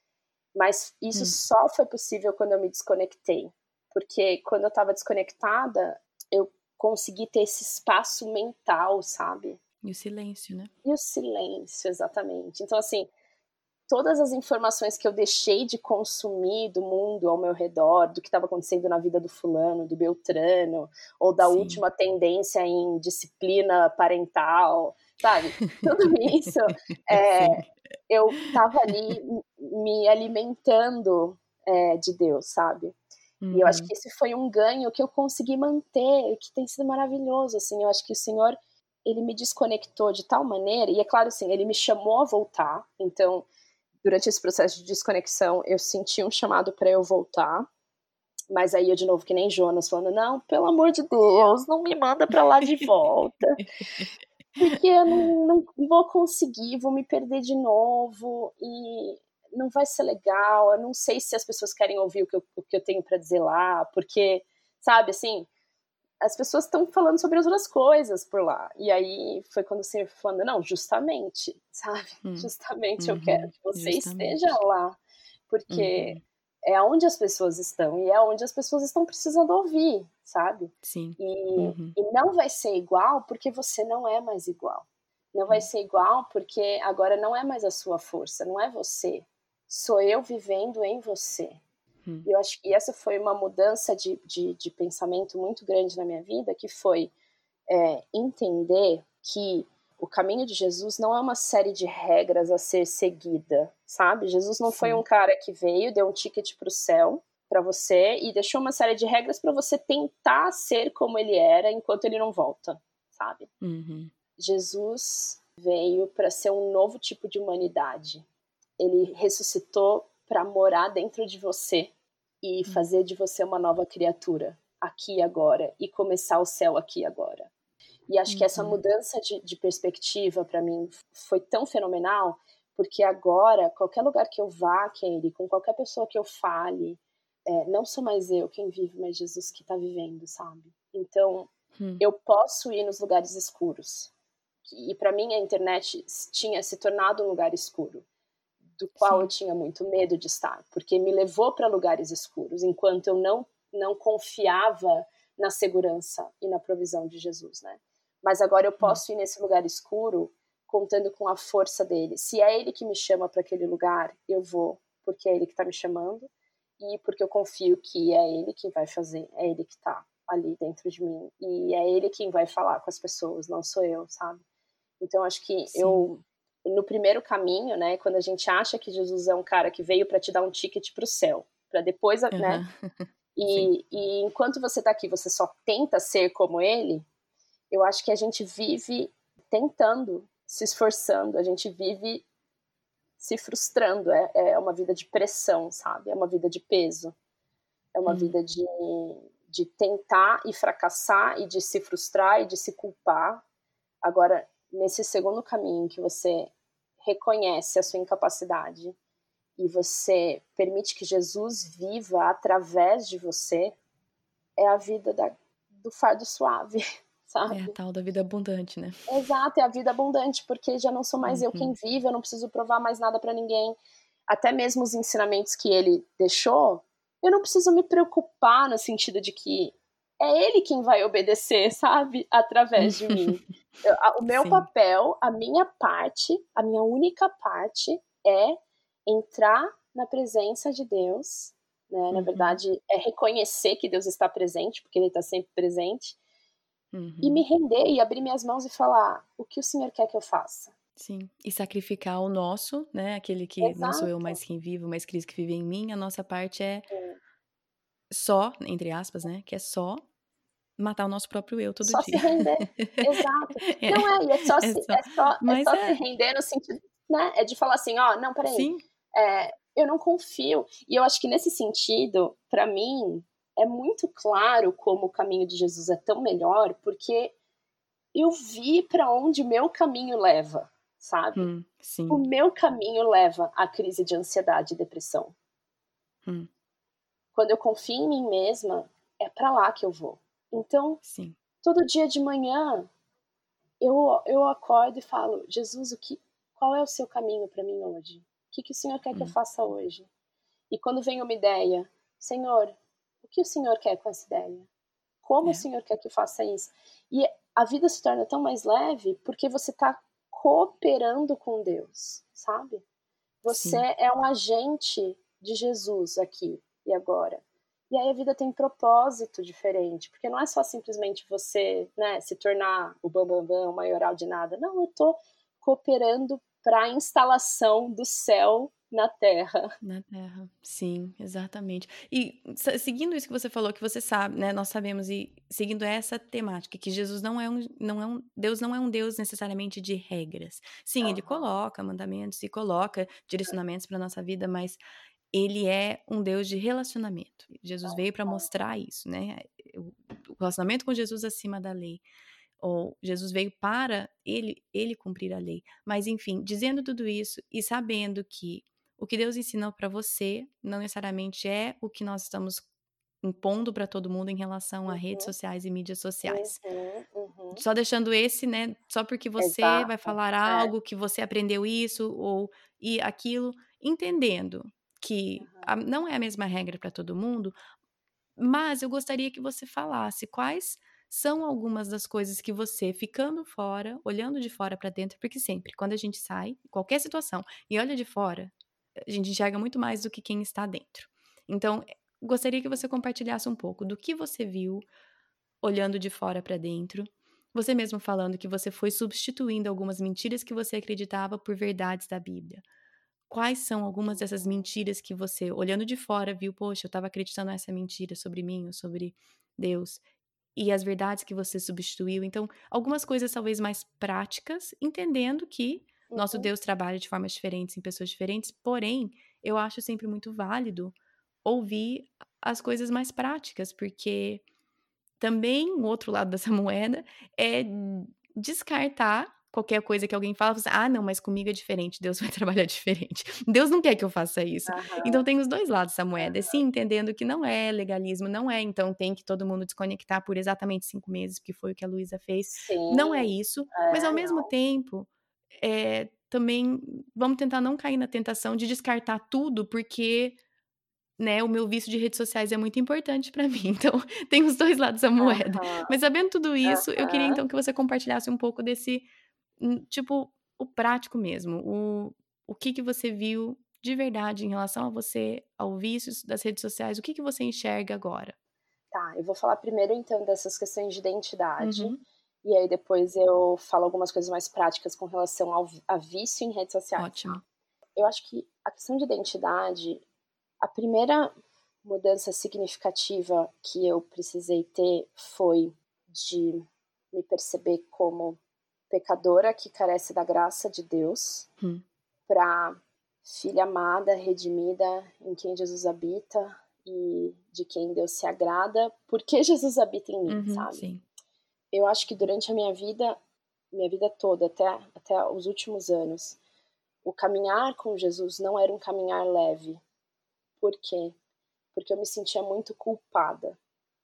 Mas isso só foi possível quando eu me desconectei. Porque quando eu estava desconectada, eu consegui ter esse espaço mental, sabe? E o silêncio, né? E o silêncio, exatamente. Então, assim, todas as informações que eu deixei de consumir do mundo ao meu redor, do que estava acontecendo na vida do fulano, do Beltrano, ou da última tendência em disciplina parental, sabe? Tudo isso, eu estava ali me alimentando de Deus, sabe? E eu acho que esse foi um ganho que eu consegui manter, que tem sido maravilhoso, assim. Eu acho que o Senhor, ele me desconectou de tal maneira, e é claro, assim, ele me chamou a voltar. Então, durante esse processo de desconexão, eu senti um chamado para eu voltar. Mas aí eu, de novo, que nem Jonas, falando, não, pelo amor de Deus, não me manda para lá de volta. Porque eu não vou conseguir, vou me perder de novo, e não vai ser legal, eu não sei se as pessoas querem ouvir o que eu tenho para dizer lá, porque, sabe, assim, as pessoas estão falando sobre outras coisas por lá. E aí foi quando o Senhor foi falando, não, justamente, sabe? Justamente eu quero que você esteja Justamente. lá, porque é onde as pessoas estão e é onde as pessoas estão precisando ouvir, sabe? Sim. E não vai ser igual porque você não é mais igual. Não vai ser igual porque agora não é mais a sua força, não é você. Sou eu vivendo em você. E eu acho que essa foi uma mudança de pensamento muito grande na minha vida, que foi entender que o caminho de Jesus não é uma série de regras a ser seguida, sabe? Jesus não foi um cara que veio, deu um ticket para o céu para você e deixou uma série de regras para você tentar ser como ele era enquanto ele não volta, sabe? Jesus veio para ser um novo tipo de humanidade. Ele ressuscitou para morar dentro de você e fazer de você uma nova criatura aqui e agora e começar o céu aqui e agora. E acho que essa mudança de perspectiva para mim foi tão fenomenal, porque agora, qualquer lugar que eu vá, Kelly, com qualquer pessoa que eu fale, não sou mais eu quem vive, mas Jesus que está vivendo, sabe? Então, eu posso ir nos lugares escuros. E para mim a internet tinha se tornado um lugar escuro, do qual eu tinha muito medo de estar, porque me levou para lugares escuros, enquanto eu não confiava na segurança e na provisão de Jesus, né? Mas agora eu posso ir nesse lugar escuro contando com a força dele. Se é ele que me chama para aquele lugar, eu vou, porque é ele que está me chamando e porque eu confio que é ele quem vai fazer, é ele que está ali dentro de mim e é ele quem vai falar com as pessoas, não sou eu, sabe? Então acho que no primeiro caminho, né, quando a gente acha que Jesus é um cara que veio para te dar um ticket para o céu, para depois, né? E enquanto você tá aqui, você só tenta ser como ele. Eu acho que a gente vive tentando, se esforçando, a gente vive se frustrando. É uma vida de pressão, sabe? É uma vida de peso. É uma vida de tentar e fracassar e de se frustrar e de se culpar. Agora, nesse segundo caminho que você reconhece a sua incapacidade e você permite que Jesus viva através de você, é a vida do fardo suave, sabe? É a tal da vida abundante, né? Exato, é a vida abundante, porque já não sou mais eu quem vive, eu não preciso provar mais nada para ninguém. Até mesmo os ensinamentos que ele deixou, eu não preciso me preocupar no sentido de que é ele quem vai obedecer, sabe? Através de mim. O meu papel, a minha parte, a minha única parte é entrar na presença de Deus, né? Na verdade, é reconhecer que Deus está presente, porque ele está sempre presente, e me render e abrir minhas mãos e falar o que o Senhor quer que eu faça. Sim, e sacrificar o nosso, né, aquele que não sou eu Exato. mais quem vivo, mas Cristo que vive em mim, a nossa parte é só, entre aspas, né, que é só matar o nosso próprio eu todo Só se dia. render. Exato. Não é, e é só, É se, só, mas se render no sentido, né? É de falar assim, ó, não, peraí, sim, eu não confio. E eu acho que nesse sentido, para mim, é muito claro como o caminho de Jesus é tão melhor, porque eu vi para onde o meu caminho leva, sabe? sim, O meu caminho leva à crise de ansiedade e depressão. Quando eu confio em mim mesma, é para lá que eu vou. Então, sim, todo dia de manhã, eu acordo e falo, Jesus, qual é o seu caminho para mim hoje? O que o Senhor quer que eu faça hoje? E quando vem uma ideia, Senhor, o que o Senhor quer com essa ideia? Como o Senhor quer que eu faça isso? E a vida se torna tão mais leve porque você está cooperando com Deus, sabe? Você sim. é um agente de Jesus aqui e agora. E aí a vida tem propósito diferente, porque não é só simplesmente você, né, se tornar o bambambam, o maioral de nada. Não, eu tô cooperando para a instalação do céu na terra. Na Terra, sim, exatamente. E seguindo isso que você falou, que você sabe, né, nós sabemos, e seguindo essa temática, que Jesus Deus não é um Deus necessariamente de regras. Sim, ele coloca mandamentos e coloca direcionamentos para nossa vida, mas ele é um Deus de relacionamento. Jesus veio para mostrar isso, né? O relacionamento com Jesus acima da lei. Ou Jesus veio para ele cumprir a lei. Mas, enfim, dizendo tudo isso e sabendo que o que Deus ensinou para você não necessariamente é o que nós estamos impondo para todo mundo em relação a redes Uhum, sociais e mídias sociais. uhum. Só deixando esse, né, só porque você vai Exato. falar É. algo, que você aprendeu isso ou e aquilo, entendendo que não é a mesma regra para todo mundo, mas eu gostaria que você falasse quais são algumas das coisas que você, ficando fora, olhando de fora para dentro, porque sempre, quando a gente sai, em qualquer situação, e olha de fora, a gente enxerga muito mais do que quem está dentro. Então, gostaria que você compartilhasse um pouco do que você viu olhando de fora para dentro. Você mesmo falando que você foi substituindo algumas mentiras que você acreditava por verdades da Bíblia. Quais são algumas dessas mentiras que você, olhando de fora, viu, poxa, eu estava acreditando nessa mentira sobre mim ou sobre Deus, e as verdades que você substituiu? Então, algumas coisas talvez mais práticas, entendendo que nosso Uhum. Deus trabalha de formas diferentes em pessoas diferentes, porém, eu acho sempre muito válido ouvir as coisas mais práticas, porque também o outro lado dessa moeda é descartar qualquer coisa que alguém fala, você, ah, não, mas comigo é diferente, Deus vai trabalhar diferente. Deus não quer que eu faça isso. Aham, Então tem os dois lados dessa moeda, aham. sim, entendendo que não é legalismo, não é, então tem que todo mundo desconectar por exatamente 5 meses, que foi o que a Luísa fez. Não é Sim. isso, mas ao É, mesmo não. tempo, também vamos tentar não cair na tentação de descartar tudo, porque, né, o meu vício de redes sociais é muito importante pra mim, então tem os 2 lados da moeda. Aham, Mas sabendo tudo isso, eu queria aham. então que você compartilhasse um pouco desse, tipo, o prático mesmo, o que você viu de verdade em relação a você, ao vício das redes sociais, o que você enxerga agora? Tá, eu vou falar primeiro então dessas questões de identidade, Uhum, e aí depois eu falo algumas coisas mais práticas com relação a vício em redes sociais, tá. ótimo. Eu acho que a questão de identidade, a primeira mudança significativa que eu precisei ter foi de me perceber como pecadora que carece da graça de Deus, Hum, para filha amada, redimida, em quem Jesus habita e de quem Deus se agrada, porque Jesus habita em mim, uhum, sabe? sim, Eu acho que durante a minha vida toda, até os últimos anos, o caminhar com Jesus não era um caminhar leve. Por quê? Porque eu me sentia muito culpada.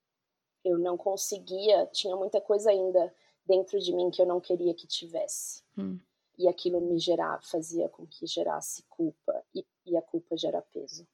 Eu não conseguia, tinha muita coisa ainda dentro de mim que eu não queria que tivesse. hum, E aquilo fazia com que gerasse culpa, e a culpa gera peso.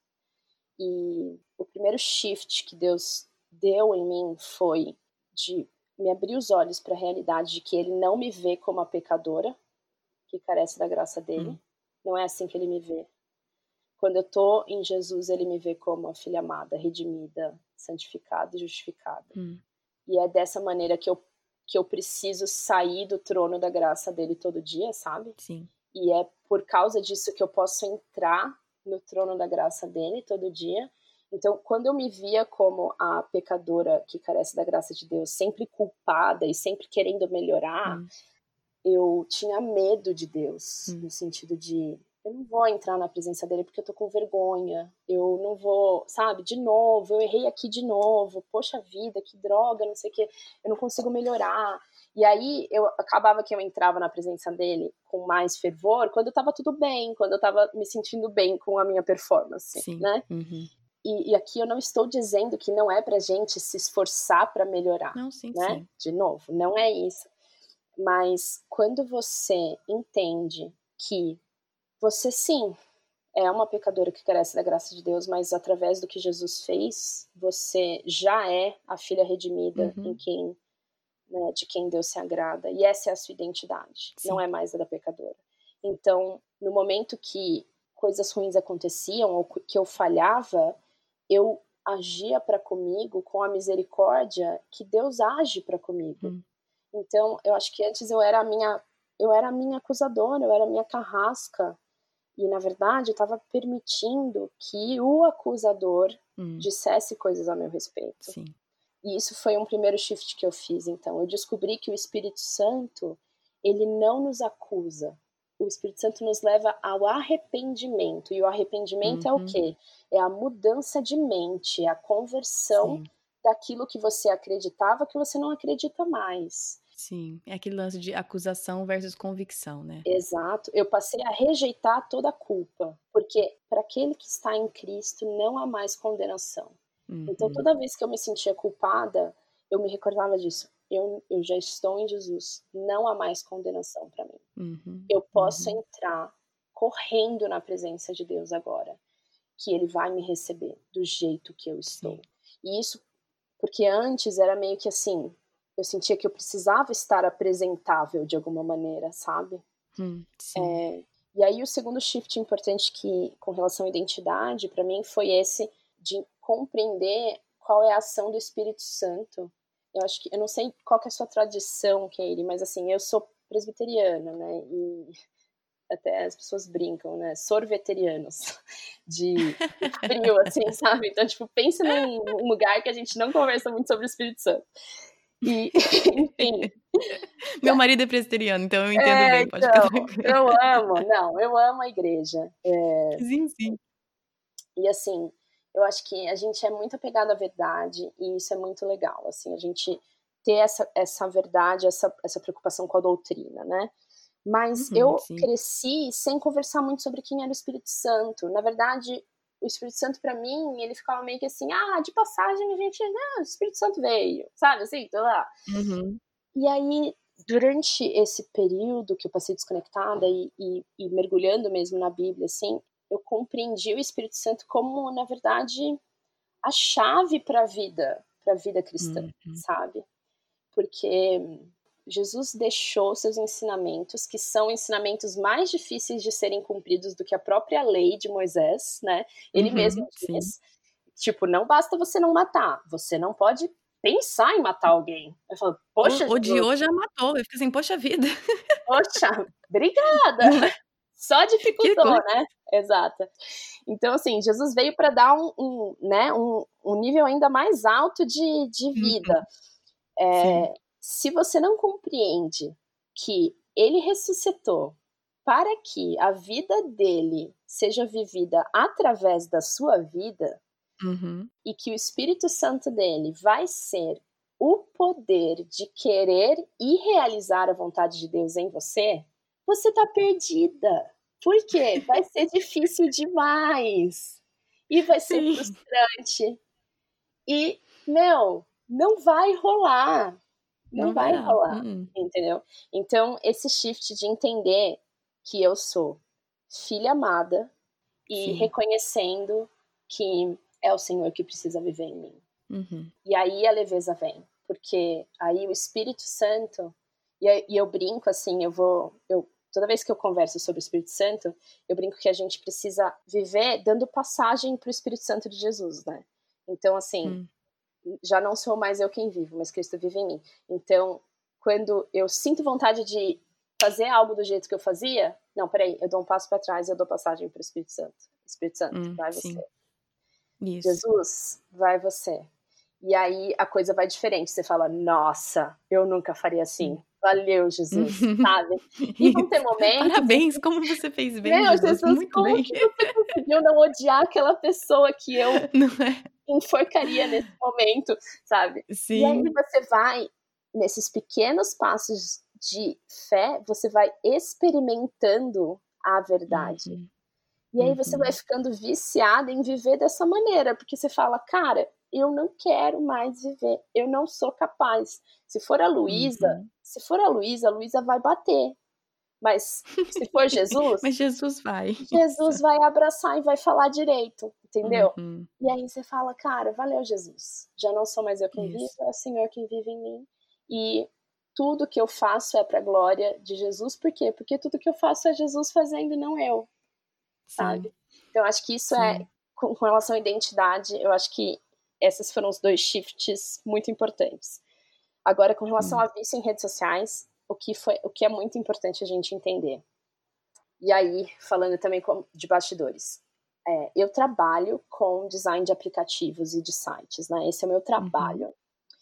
E o primeiro shift que Deus deu em mim foi de me abrir os olhos para a realidade de que Ele não me vê como a pecadora que carece da graça dele. hum, Não é assim que Ele me vê. Quando eu tô em Jesus, Ele me vê como a filha amada, redimida, santificada e justificada. hum, E é dessa maneira que eu preciso sair do trono da graça dele todo dia, sabe? sim, E é por causa disso que eu posso entrar no trono da graça dele todo dia. Então, quando eu me via como a pecadora que carece da graça de Deus, sempre culpada e sempre querendo melhorar, hum, eu tinha medo de Deus, hum, no sentido de eu não vou entrar na presença dele porque eu tô com vergonha, eu não vou, sabe, de novo, eu errei aqui de novo, poxa vida, que droga, não sei o que, eu não consigo melhorar. E aí eu acabava que eu entrava na presença dele com mais fervor quando tava tudo bem, quando eu tava me sentindo bem com a minha performance, sim, né? uhum. E aqui eu não estou dizendo que não é pra gente se esforçar para melhorar, Não, sim, né? sim, De novo, não é isso. Mas quando você entende que você sim é uma pecadora que carece da graça de Deus, mas através do que Jesus fez, você já é a filha redimida em uhum, quem, né, de quem Deus se agrada. E essa é a sua identidade, não sim, é mais a da pecadora. Então, no momento que coisas ruins aconteciam ou que eu falhava, eu agia para comigo com a misericórdia que Deus age para comigo. hum, Então, eu acho que antes eu era a minha acusadora, eu era a minha carrasca. E, na verdade, eu estava permitindo que o acusador hum, dissesse coisas a meu respeito. sim, E isso foi um primeiro shift que eu fiz, então. Eu descobri que o Espírito Santo, ele não nos acusa. O Espírito Santo nos leva ao arrependimento. E o arrependimento é o uhum, quê? É a mudança de mente, é a conversão sim. daquilo que você acreditava que você não acredita mais. Sim, é aquele lance de acusação versus convicção, né. Exato. Eu passei a rejeitar toda a culpa, porque para aquele que está em Cristo não há mais condenação. Então, toda vez que eu me sentia culpada, eu me recordava disso. Eu já estou em Jesus, não há mais condenação para mim. Eu posso entrar correndo na presença de Deus agora, que Ele vai me receber do jeito que eu estou. Sim. E isso, porque antes era meio que assim, eu sentia que eu precisava estar apresentável de alguma maneira, sabe? Sim. E aí o segundo shift importante que, com relação à identidade, para mim foi esse de compreender qual é a ação do Espírito Santo. Eu acho que, eu não sei qual que é a sua tradição, Keire, mas assim, eu sou presbiteriana, né, e até as pessoas brincam, né, sorveterianos, de frio, assim, sabe? Então, tipo, pensa num lugar que a gente não conversa muito sobre o Espírito Santo. E, enfim... Meu marido é presbiteriano, então eu entendo bem, pode ficar tranquilo. Eu amo a igreja. Sim. E assim, eu acho que a gente é muito apegado à verdade e isso é muito legal, assim, a gente ter essa verdade, essa preocupação com a doutrina, né? Mas eu cresci sem conversar muito sobre quem era o Espírito Santo. Na verdade, o Espírito Santo, pra mim, ele ficava meio que assim, de passagem a gente, o Espírito Santo veio, sabe, assim, tô lá. E aí, durante esse período que eu passei desconectada e mergulhando mesmo na Bíblia, assim, eu compreendi o Espírito Santo como, na verdade, a chave para a vida cristã, sabe? Porque Jesus deixou seus ensinamentos, que são ensinamentos mais difíceis de serem cumpridos do que a própria lei de Moisés, né? Ele mesmo diz, tipo, não basta você não matar, você não pode pensar em matar alguém. Eu falo, poxa, odiou, já matou. Eu fico assim, poxa vida. Poxa, obrigada. Só dificultou, né? Exato. Então, assim, Jesus veio para dar um nível ainda mais alto de vida. Se você não compreende que ele ressuscitou para que a vida dele seja vivida através da sua vida, e que o Espírito Santo dele vai ser o poder de querer e realizar a vontade de Deus em você, você tá perdida. Por quê? Vai ser difícil demais. E vai ser frustrante. E, não vai rolar. Não vai rolar. Entendeu? Então, esse shift de entender que eu sou filha amada e reconhecendo que é o Senhor que precisa viver em mim. E aí a leveza vem, porque aí o Espírito Santo, e eu brinco assim, toda vez que eu converso sobre o Espírito Santo, eu brinco que a gente precisa viver dando passagem para o Espírito Santo de Jesus, né? Então, assim, já não sou mais eu quem vivo, mas Cristo vive em mim. Então, quando eu sinto vontade de fazer algo do jeito que eu fazia, não, peraí, eu dou um passo para trás e eu dou passagem para o Espírito Santo. Espírito Santo, vai você. Isso. Jesus, vai você. E aí a coisa vai diferente. Você fala, nossa, eu nunca faria assim. Valeu, Jesus, sabe? E vão ter momentos... Parabéns, como você fez bem, Jesus, muito como bem. Que você conseguiu não odiar aquela pessoa que eu enforcaria nesse momento, sabe? E aí você vai, nesses pequenos passos de fé, você vai experimentando a verdade. E aí você vai ficando viciada em viver dessa maneira, porque você fala, cara, eu não quero mais viver, eu não sou capaz. Se for a Luísa, a Luísa vai bater. Mas se for Jesus... Mas Jesus vai. Jesus vai abraçar e vai falar direito, entendeu? E aí você fala, cara, valeu, Jesus. Já não sou mais eu quem vivo, é o Senhor quem vive em mim. E tudo que eu faço é pra glória de Jesus. Por quê? Porque tudo que eu faço é Jesus fazendo e não eu. Sabe? Então, acho que isso com relação à identidade, eu acho que esses foram os dois shifts muito importantes. Agora, com relação a vício em redes sociais, o que é muito importante a gente entender. E aí, falando também de bastidores, eu trabalho com design de aplicativos e de sites, né? Esse é o meu trabalho.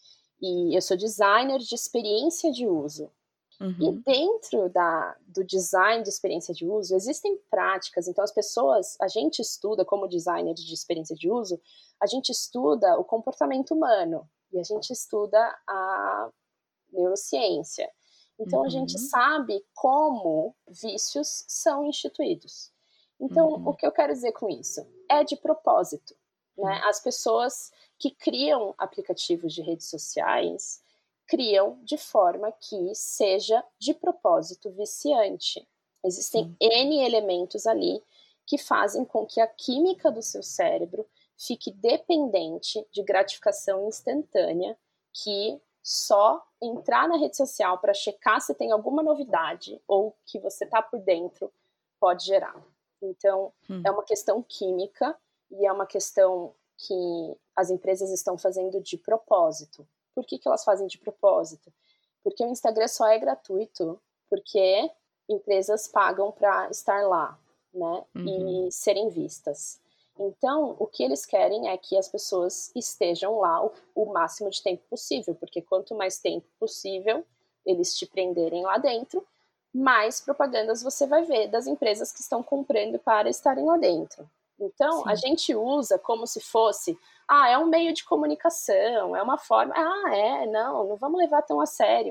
E eu sou designer de experiência de uso. E dentro do design de experiência de uso, existem práticas. Então, a gente estuda, como designer de experiência de uso, a gente estuda o comportamento humano e a gente estuda a neurociência. Então, a gente sabe como vícios são instituídos. Então, o que eu quero dizer com isso? É de propósito. Né? As pessoas que criam aplicativos de redes sociais, criam de forma que seja de propósito viciante. Existem N elementos ali que fazem com que a química do seu cérebro fique dependente de gratificação instantânea, que só entrar na rede social para checar se tem alguma novidade ou que você está por dentro pode gerar. Então, é uma questão química e é uma questão que as empresas estão fazendo de propósito. Por que elas fazem de propósito? Porque o Instagram só é gratuito porque empresas pagam para estar lá, né? E serem vistas. Então, o que eles querem é que as pessoas estejam lá o máximo de tempo possível, porque quanto mais tempo possível eles te prenderem lá dentro, mais propagandas você vai ver das empresas que estão comprando para estarem lá dentro. Então, a gente usa como se fosse, é um meio de comunicação, é uma forma, não vamos levar tão a sério.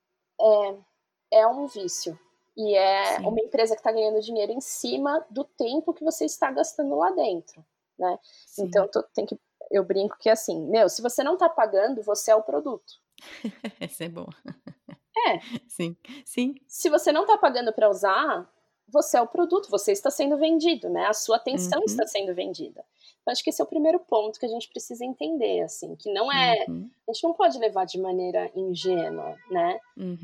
É um vício. E é uma empresa que está ganhando dinheiro em cima do tempo que você está gastando lá dentro, né? Sim. Então, eu brinco que assim, se você não está pagando, você é o produto. Essa é boa. Sim. Sim. Se você não está pagando para usar, você é o produto, você está sendo vendido, né? A sua atenção está sendo vendida. Então, acho que esse é o primeiro ponto que a gente precisa entender, assim, que não é... A gente não pode levar de maneira ingênua, né?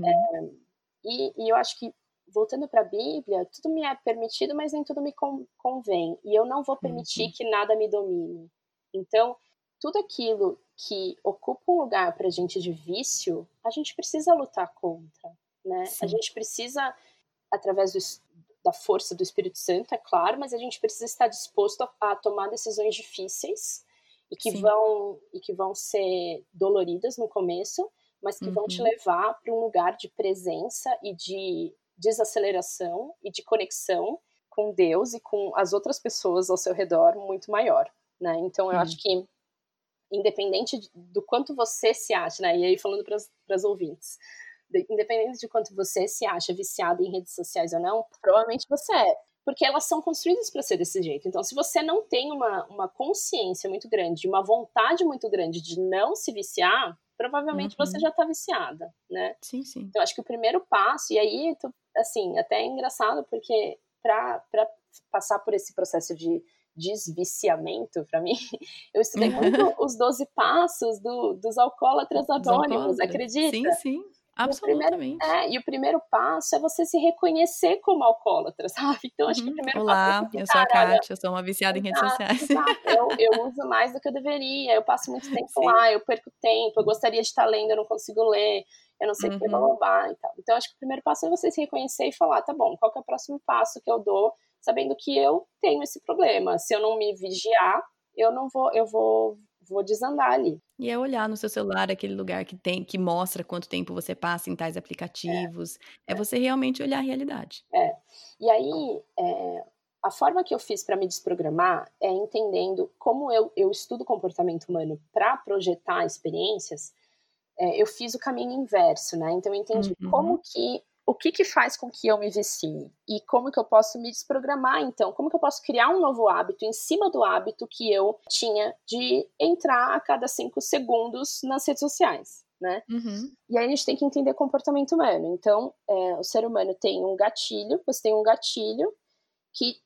E eu acho que, voltando para a Bíblia, tudo me é permitido, mas nem tudo me convém. E eu não vou permitir que nada me domine. Então, tudo aquilo que ocupa um lugar para a gente de vício, a gente precisa lutar contra, né? A gente precisa, através da força do Espírito Santo, é claro, mas a gente precisa estar disposto a tomar decisões difíceis e que vão ser doloridas no começo, mas que vão te levar para um lugar de presença e de desaceleração e de conexão com Deus e com as outras pessoas ao seu redor muito maior, né? Então, eu acho que, independente do quanto você se acha, né? E aí, falando para as ouvintes, independente de quanto você se acha viciado em redes sociais ou não, provavelmente você é, porque elas são construídas para ser desse jeito. Então, se você não tem uma consciência muito grande, uma vontade muito grande de não se viciar, provavelmente você já está viciada, né? Sim. Então, acho que o primeiro passo, e aí, assim, até é engraçado, porque para passar por esse processo de desviciamento, para mim, eu estudei muito os 12 passos dos alcoólatras anônimos, acredita? Sim, absolutamente. E o primeiro passo é você se reconhecer como alcoólatra, sabe? Então, acho que o primeiro passo é eu sou a Kátia, eu sou uma viciada em redes sociais. Exato. Eu uso mais do que eu deveria, eu passo muito tempo lá, eu perco tempo, eu gostaria de estar lendo, eu não consigo ler, eu não sei o que, blá, blá, blá, e tal. Então, acho que o primeiro passo é você se reconhecer e falar, tá bom, qual que é o próximo passo que eu dou, sabendo que eu tenho esse problema. Se eu não me vigiar, eu vou desandar ali. E é olhar no seu celular aquele lugar que mostra quanto tempo você passa em tais aplicativos. É você realmente olhar a realidade. E aí, a forma que eu fiz para me desprogramar é entendendo como eu estudo comportamento humano para projetar experiências. Eu fiz o caminho inverso, né? Então, eu entendi o que faz com que eu me vicie e como que eu posso me desprogramar, então, como que eu posso criar um novo hábito em cima do hábito que eu tinha de entrar a cada 5 segundos nas redes sociais, né? E aí a gente tem que entender comportamento humano. Então, o ser humano tem um gatilho, você tem um gatilho que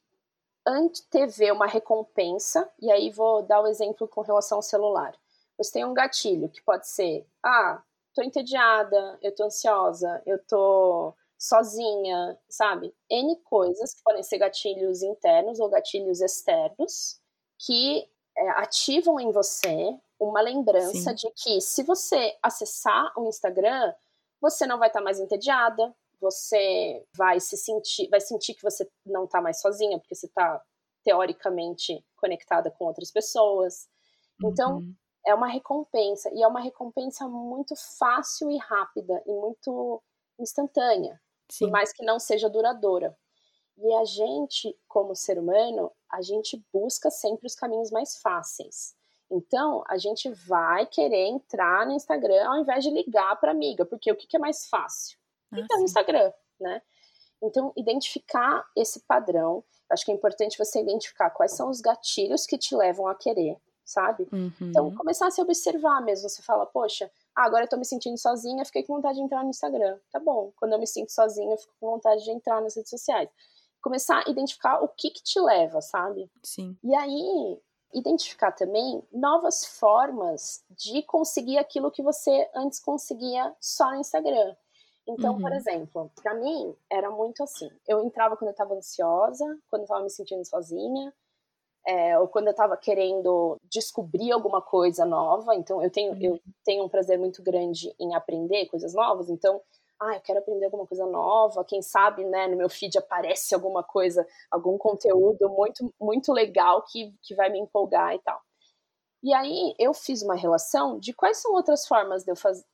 antevê uma recompensa, e aí vou dar o exemplo com relação ao celular. Você tem um gatilho que pode ser, tô entediada, eu tô ansiosa, eu tô sozinha, sabe? N coisas que podem ser gatilhos internos ou gatilhos externos que ativam em você uma lembrança de que se você acessar o Instagram, você não vai estar mais entediada, você vai sentir que você não tá mais sozinha, porque você tá teoricamente conectada com outras pessoas. Então, é uma recompensa, e é uma recompensa muito fácil e rápida, e muito instantânea, por mais que não seja duradoura. E a gente, como ser humano, a gente busca sempre os caminhos mais fáceis. Então, a gente vai querer entrar no Instagram ao invés de ligar para amiga, porque o que é mais fácil? Entrar no Instagram, né? Então, identificar esse padrão, acho que é importante você identificar quais são os gatilhos que te levam a querer sabe? Então, começar a se observar mesmo. Você fala, poxa, agora eu tô me sentindo sozinha, fiquei com vontade de entrar no Instagram. Tá bom, quando eu me sinto sozinha, eu fico com vontade de entrar nas redes sociais. Começar a identificar o que te leva, sabe? Sim. E aí, identificar também novas formas de conseguir aquilo que você antes conseguia só no Instagram. Então, por exemplo, pra mim, era muito assim. Eu entrava quando eu tava ansiosa, quando eu tava me sentindo sozinha, ou quando eu tava querendo descobrir alguma coisa nova. Então, eu tenho um prazer muito grande em aprender coisas novas. Então, eu quero aprender alguma coisa nova. Quem sabe, né, no meu feed aparece alguma coisa, algum conteúdo muito, muito legal que vai me empolgar e tal. E aí, eu fiz uma relação de quais são outras formas de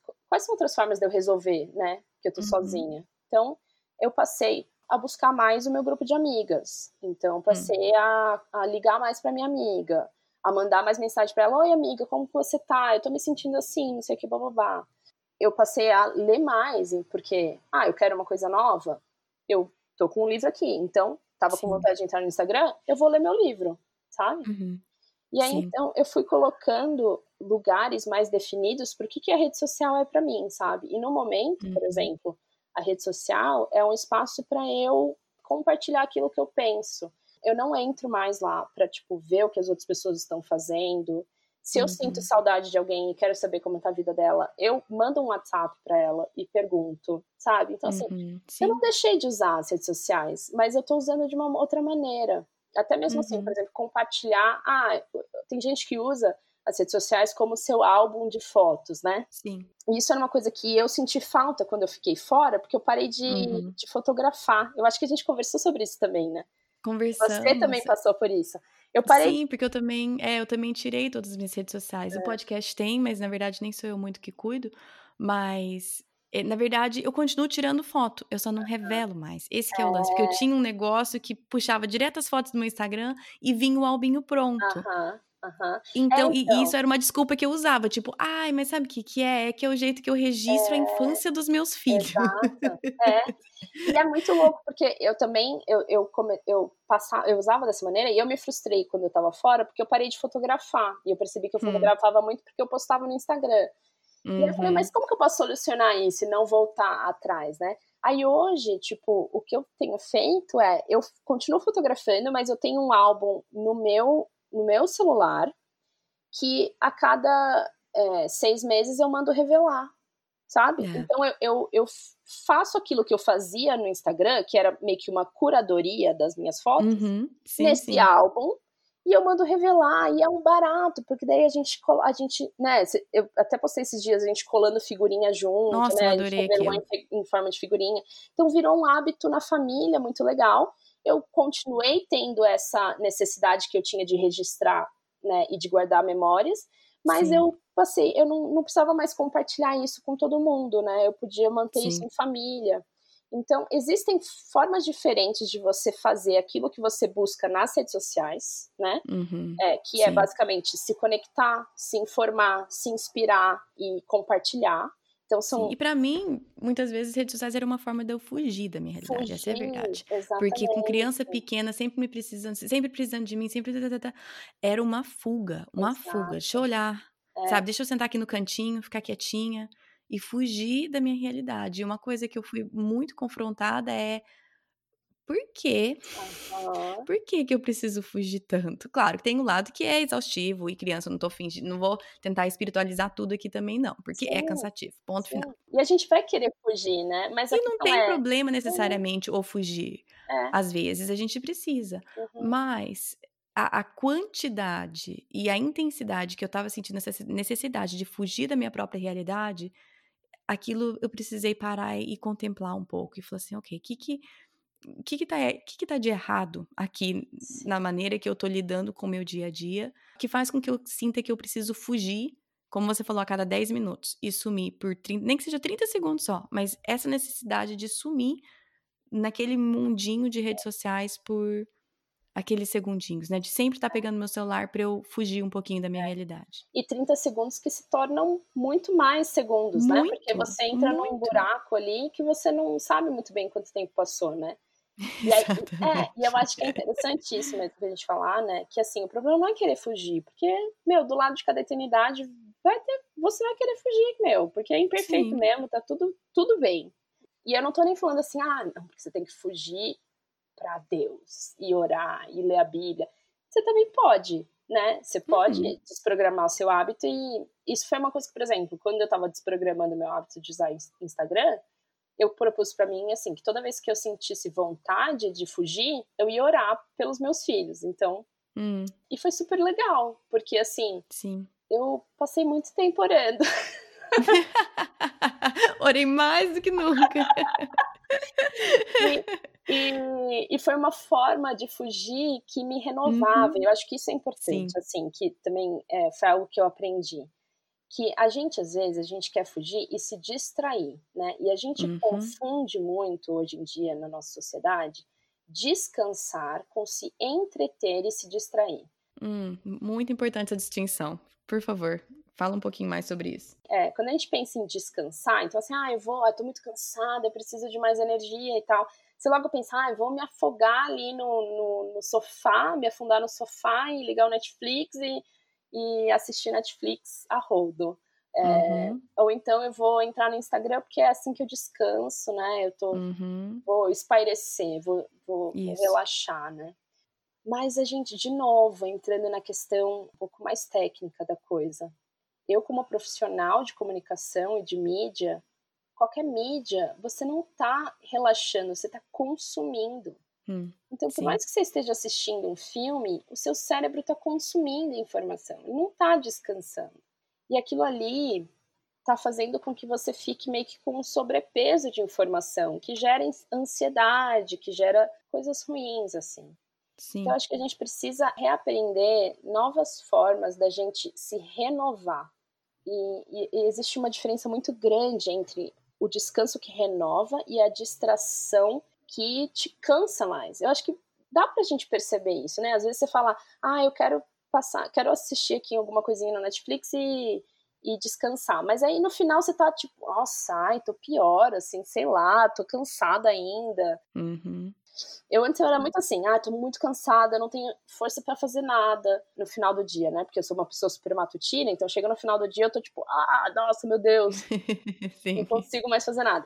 eu resolver, né, que eu tô sozinha. Então, eu passei a buscar mais o meu grupo de amigas. Então, passei a ligar mais pra minha amiga, a mandar mais mensagem pra ela, oi amiga, como que você tá? Eu tô me sentindo assim, não sei o que, blá. Eu passei a ler mais, porque, eu quero uma coisa nova, eu tô com um livro aqui, então, tava com vontade de entrar no Instagram, eu vou ler meu livro, sabe? E aí, então, eu fui colocando lugares mais definidos por que a rede social é pra mim, sabe? E no momento, por exemplo, a rede social é um espaço para eu compartilhar aquilo que eu penso. Eu não entro mais lá para, ver o que as outras pessoas estão fazendo. Se eu sinto saudade de alguém e quero saber como tá a vida dela, eu mando um WhatsApp para ela e pergunto, sabe? Então, assim, eu não deixei de usar as redes sociais, mas eu tô usando de uma outra maneira. Até mesmo assim, por exemplo, compartilhar. Tem gente que usa as redes sociais como seu álbum de fotos, né? Sim. E isso era uma coisa que eu senti falta quando eu fiquei fora, porque eu parei de fotografar. Eu acho que a gente conversou sobre isso também, né? Conversamos. Você também passou por isso. Eu parei. Sim, porque eu também tirei todas as minhas redes sociais. O podcast tem, mas na verdade nem sou eu muito que cuido. Mas, na verdade, eu continuo tirando foto. Eu só não revelo mais. Esse que é o lance. Porque eu tinha um negócio que puxava direto as fotos do meu Instagram e vinha o albinho pronto. Então, e isso era uma desculpa que eu usava, tipo, mas sabe o que é? É que é o jeito que eu registro a infância dos meus filhos. Exato, E é muito louco, porque eu também, eu usava dessa maneira, e eu me frustrei quando eu tava fora, porque eu parei de fotografar, e eu percebi que eu fotografava muito porque eu postava no Instagram. E aí eu falei, mas como que eu posso solucionar isso e não voltar atrás, né? Aí hoje, o que eu tenho feito eu continuo fotografando, mas eu tenho um álbum no meu celular, que a cada 6 meses eu mando revelar, sabe? Então eu faço aquilo que eu fazia no Instagram, que era meio que uma curadoria das minhas fotos, nesse álbum, e eu mando revelar, e é um barato, porque daí a gente né, eu até postei esses dias, a gente colando figurinha junto, Nossa, né, eu a gente adorei revelou em forma de figurinha, então virou um hábito na família, muito legal. Eu continuei tendo essa necessidade que eu tinha de registrar, né, e de guardar memórias, mas eu não precisava mais compartilhar isso com todo mundo, né, eu podia manter isso em família. Então, existem formas diferentes de você fazer aquilo que você busca nas redes sociais, né, que é basicamente se conectar, se informar, se inspirar e compartilhar. Então, E pra mim, muitas vezes, redes sociais era uma forma de eu fugir da minha realidade, essa é a verdade. Porque com criança pequena, sempre precisando de mim, era uma fuga, deixa eu olhar, sabe? Deixa eu sentar aqui no cantinho, ficar quietinha e fugir da minha realidade. E uma coisa que eu fui muito confrontada é, por quê? Por que eu preciso fugir tanto? Claro que tem um lado que é exaustivo e criança, eu não tô fingindo, não vou tentar espiritualizar tudo aqui também não, porque é cansativo, ponto final. E a gente vai querer fugir, né? Mas e não tem problema necessariamente ou fugir. Às vezes a gente precisa, mas a quantidade e a intensidade que eu tava sentindo essa necessidade de fugir da minha própria realidade, aquilo eu precisei parar e contemplar um pouco e falar assim, ok, o que tá de errado aqui na maneira que eu tô lidando com o meu dia a dia, que faz com que eu sinta que eu preciso fugir, como você falou, a cada 10 minutos, e sumir por 30, nem que seja 30 segundos só, mas essa necessidade de sumir naquele mundinho de redes sociais por aqueles segundinhos, né, de sempre estar pegando meu celular pra eu fugir um pouquinho da minha realidade. E 30 segundos que se tornam muito mais segundos, né? Porque você entra num buraco ali que você não sabe muito bem quanto tempo passou, né? E aí, e eu Exatamente. acho que é interessantíssimo mesmo pra gente falar, né, que assim, o problema não é querer fugir, porque, do lado de cada eternidade você vai querer fugir, porque é imperfeito Sim. mesmo, tá tudo bem. E eu não tô nem falando assim, não, porque você tem que fugir pra Deus e orar e ler a Bíblia. Você também pode, né? Você pode Uhum. desprogramar o seu hábito e isso foi uma coisa que, por exemplo, quando eu tava desprogramando meu hábito de usar Instagram, eu propus pra mim, assim, que toda vez que eu sentisse vontade de fugir, eu ia orar pelos meus filhos. Então, e foi super legal, porque assim, Sim. eu passei muito tempo orando. Orei mais do que nunca. E, e foi uma forma de fugir que me renovava. Uhum. Eu acho que isso é Sim. importante, assim, que também foi algo que eu aprendi. Que a gente, às vezes, a gente quer fugir e se distrair, né? E a gente Uhum. confunde muito hoje em dia na nossa sociedade descansar com se entreter e se distrair. Muito importante essa distinção. Por favor, fala um pouquinho mais sobre isso. Quando a gente pensa em descansar, então assim, eu tô muito cansada, eu preciso de mais energia e tal. Você logo pensa, eu vou me afogar ali no sofá, me afundar no sofá e ligar o Netflix e assistir Netflix a rodo. Uhum. Ou então eu vou entrar no Instagram porque é assim que eu descanso, né? Uhum. Vou espairecer, vou Isso. relaxar, né? Mas a gente, de novo, entrando na questão um pouco mais técnica da coisa. Eu, como profissional de comunicação e de mídia, qualquer mídia, você não está relaxando, você está consumindo. Então, por Sim. mais que você esteja assistindo um filme, o seu cérebro está consumindo informação, ele não está descansando. E aquilo ali está fazendo com que você fique meio que com um sobrepeso de informação, que gera ansiedade, que gera coisas ruins, assim. Então, Sim. acho que a gente precisa reaprender novas formas da gente se renovar. E existe uma diferença muito grande entre o descanso que renova e a distração que te cansa mais. Eu acho que dá pra gente perceber isso, né? Às vezes você fala, eu quero assistir aqui alguma coisinha no Netflix e descansar. Mas aí no final você tá tipo, nossa, tô pior, assim, sei lá, tô cansada ainda. Uhum. Eu antes eu era muito assim, tô muito cansada, não tenho força pra fazer nada no final do dia, né? Porque eu sou uma pessoa super matutina, então chega no final do dia eu tô tipo, nossa, meu Deus, não Sim. consigo mais fazer nada.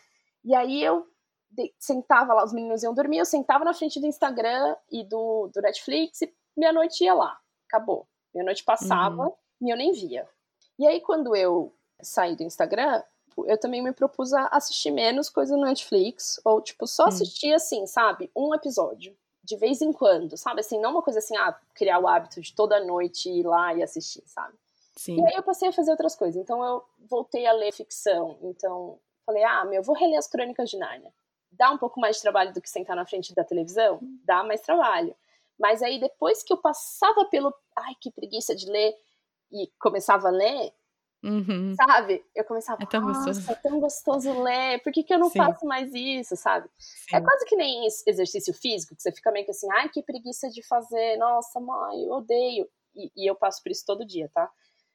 E aí eu sentava lá, os meninos iam dormir, eu sentava na frente do Instagram e do Netflix e minha noite ia lá, acabou. Minha noite passava Uhum. e eu nem via. E aí quando eu saí do Instagram, eu também me propus a assistir menos coisa no Netflix, ou tipo, só assistir assim, sabe, um episódio, de vez em quando, sabe, assim, não uma coisa assim, criar o hábito de toda noite ir lá e assistir, sabe. E Sim. aí eu passei a fazer outras coisas, então eu voltei a ler ficção, então falei, vou reler as Crônicas de Nárnia. Dá um pouco mais de trabalho do que sentar na frente da televisão? Dá mais trabalho. Mas aí depois que eu passava pelo, que preguiça de ler, e começava a ler, Uhum. sabe? Eu começava, É tão gostoso. nossa, é tão gostoso ler, por que eu não Sim. faço mais isso, sabe? É Sim. quase que nem exercício físico, que você fica meio que assim, que preguiça de fazer, nossa, mãe, eu odeio. E eu passo por isso todo dia, tá?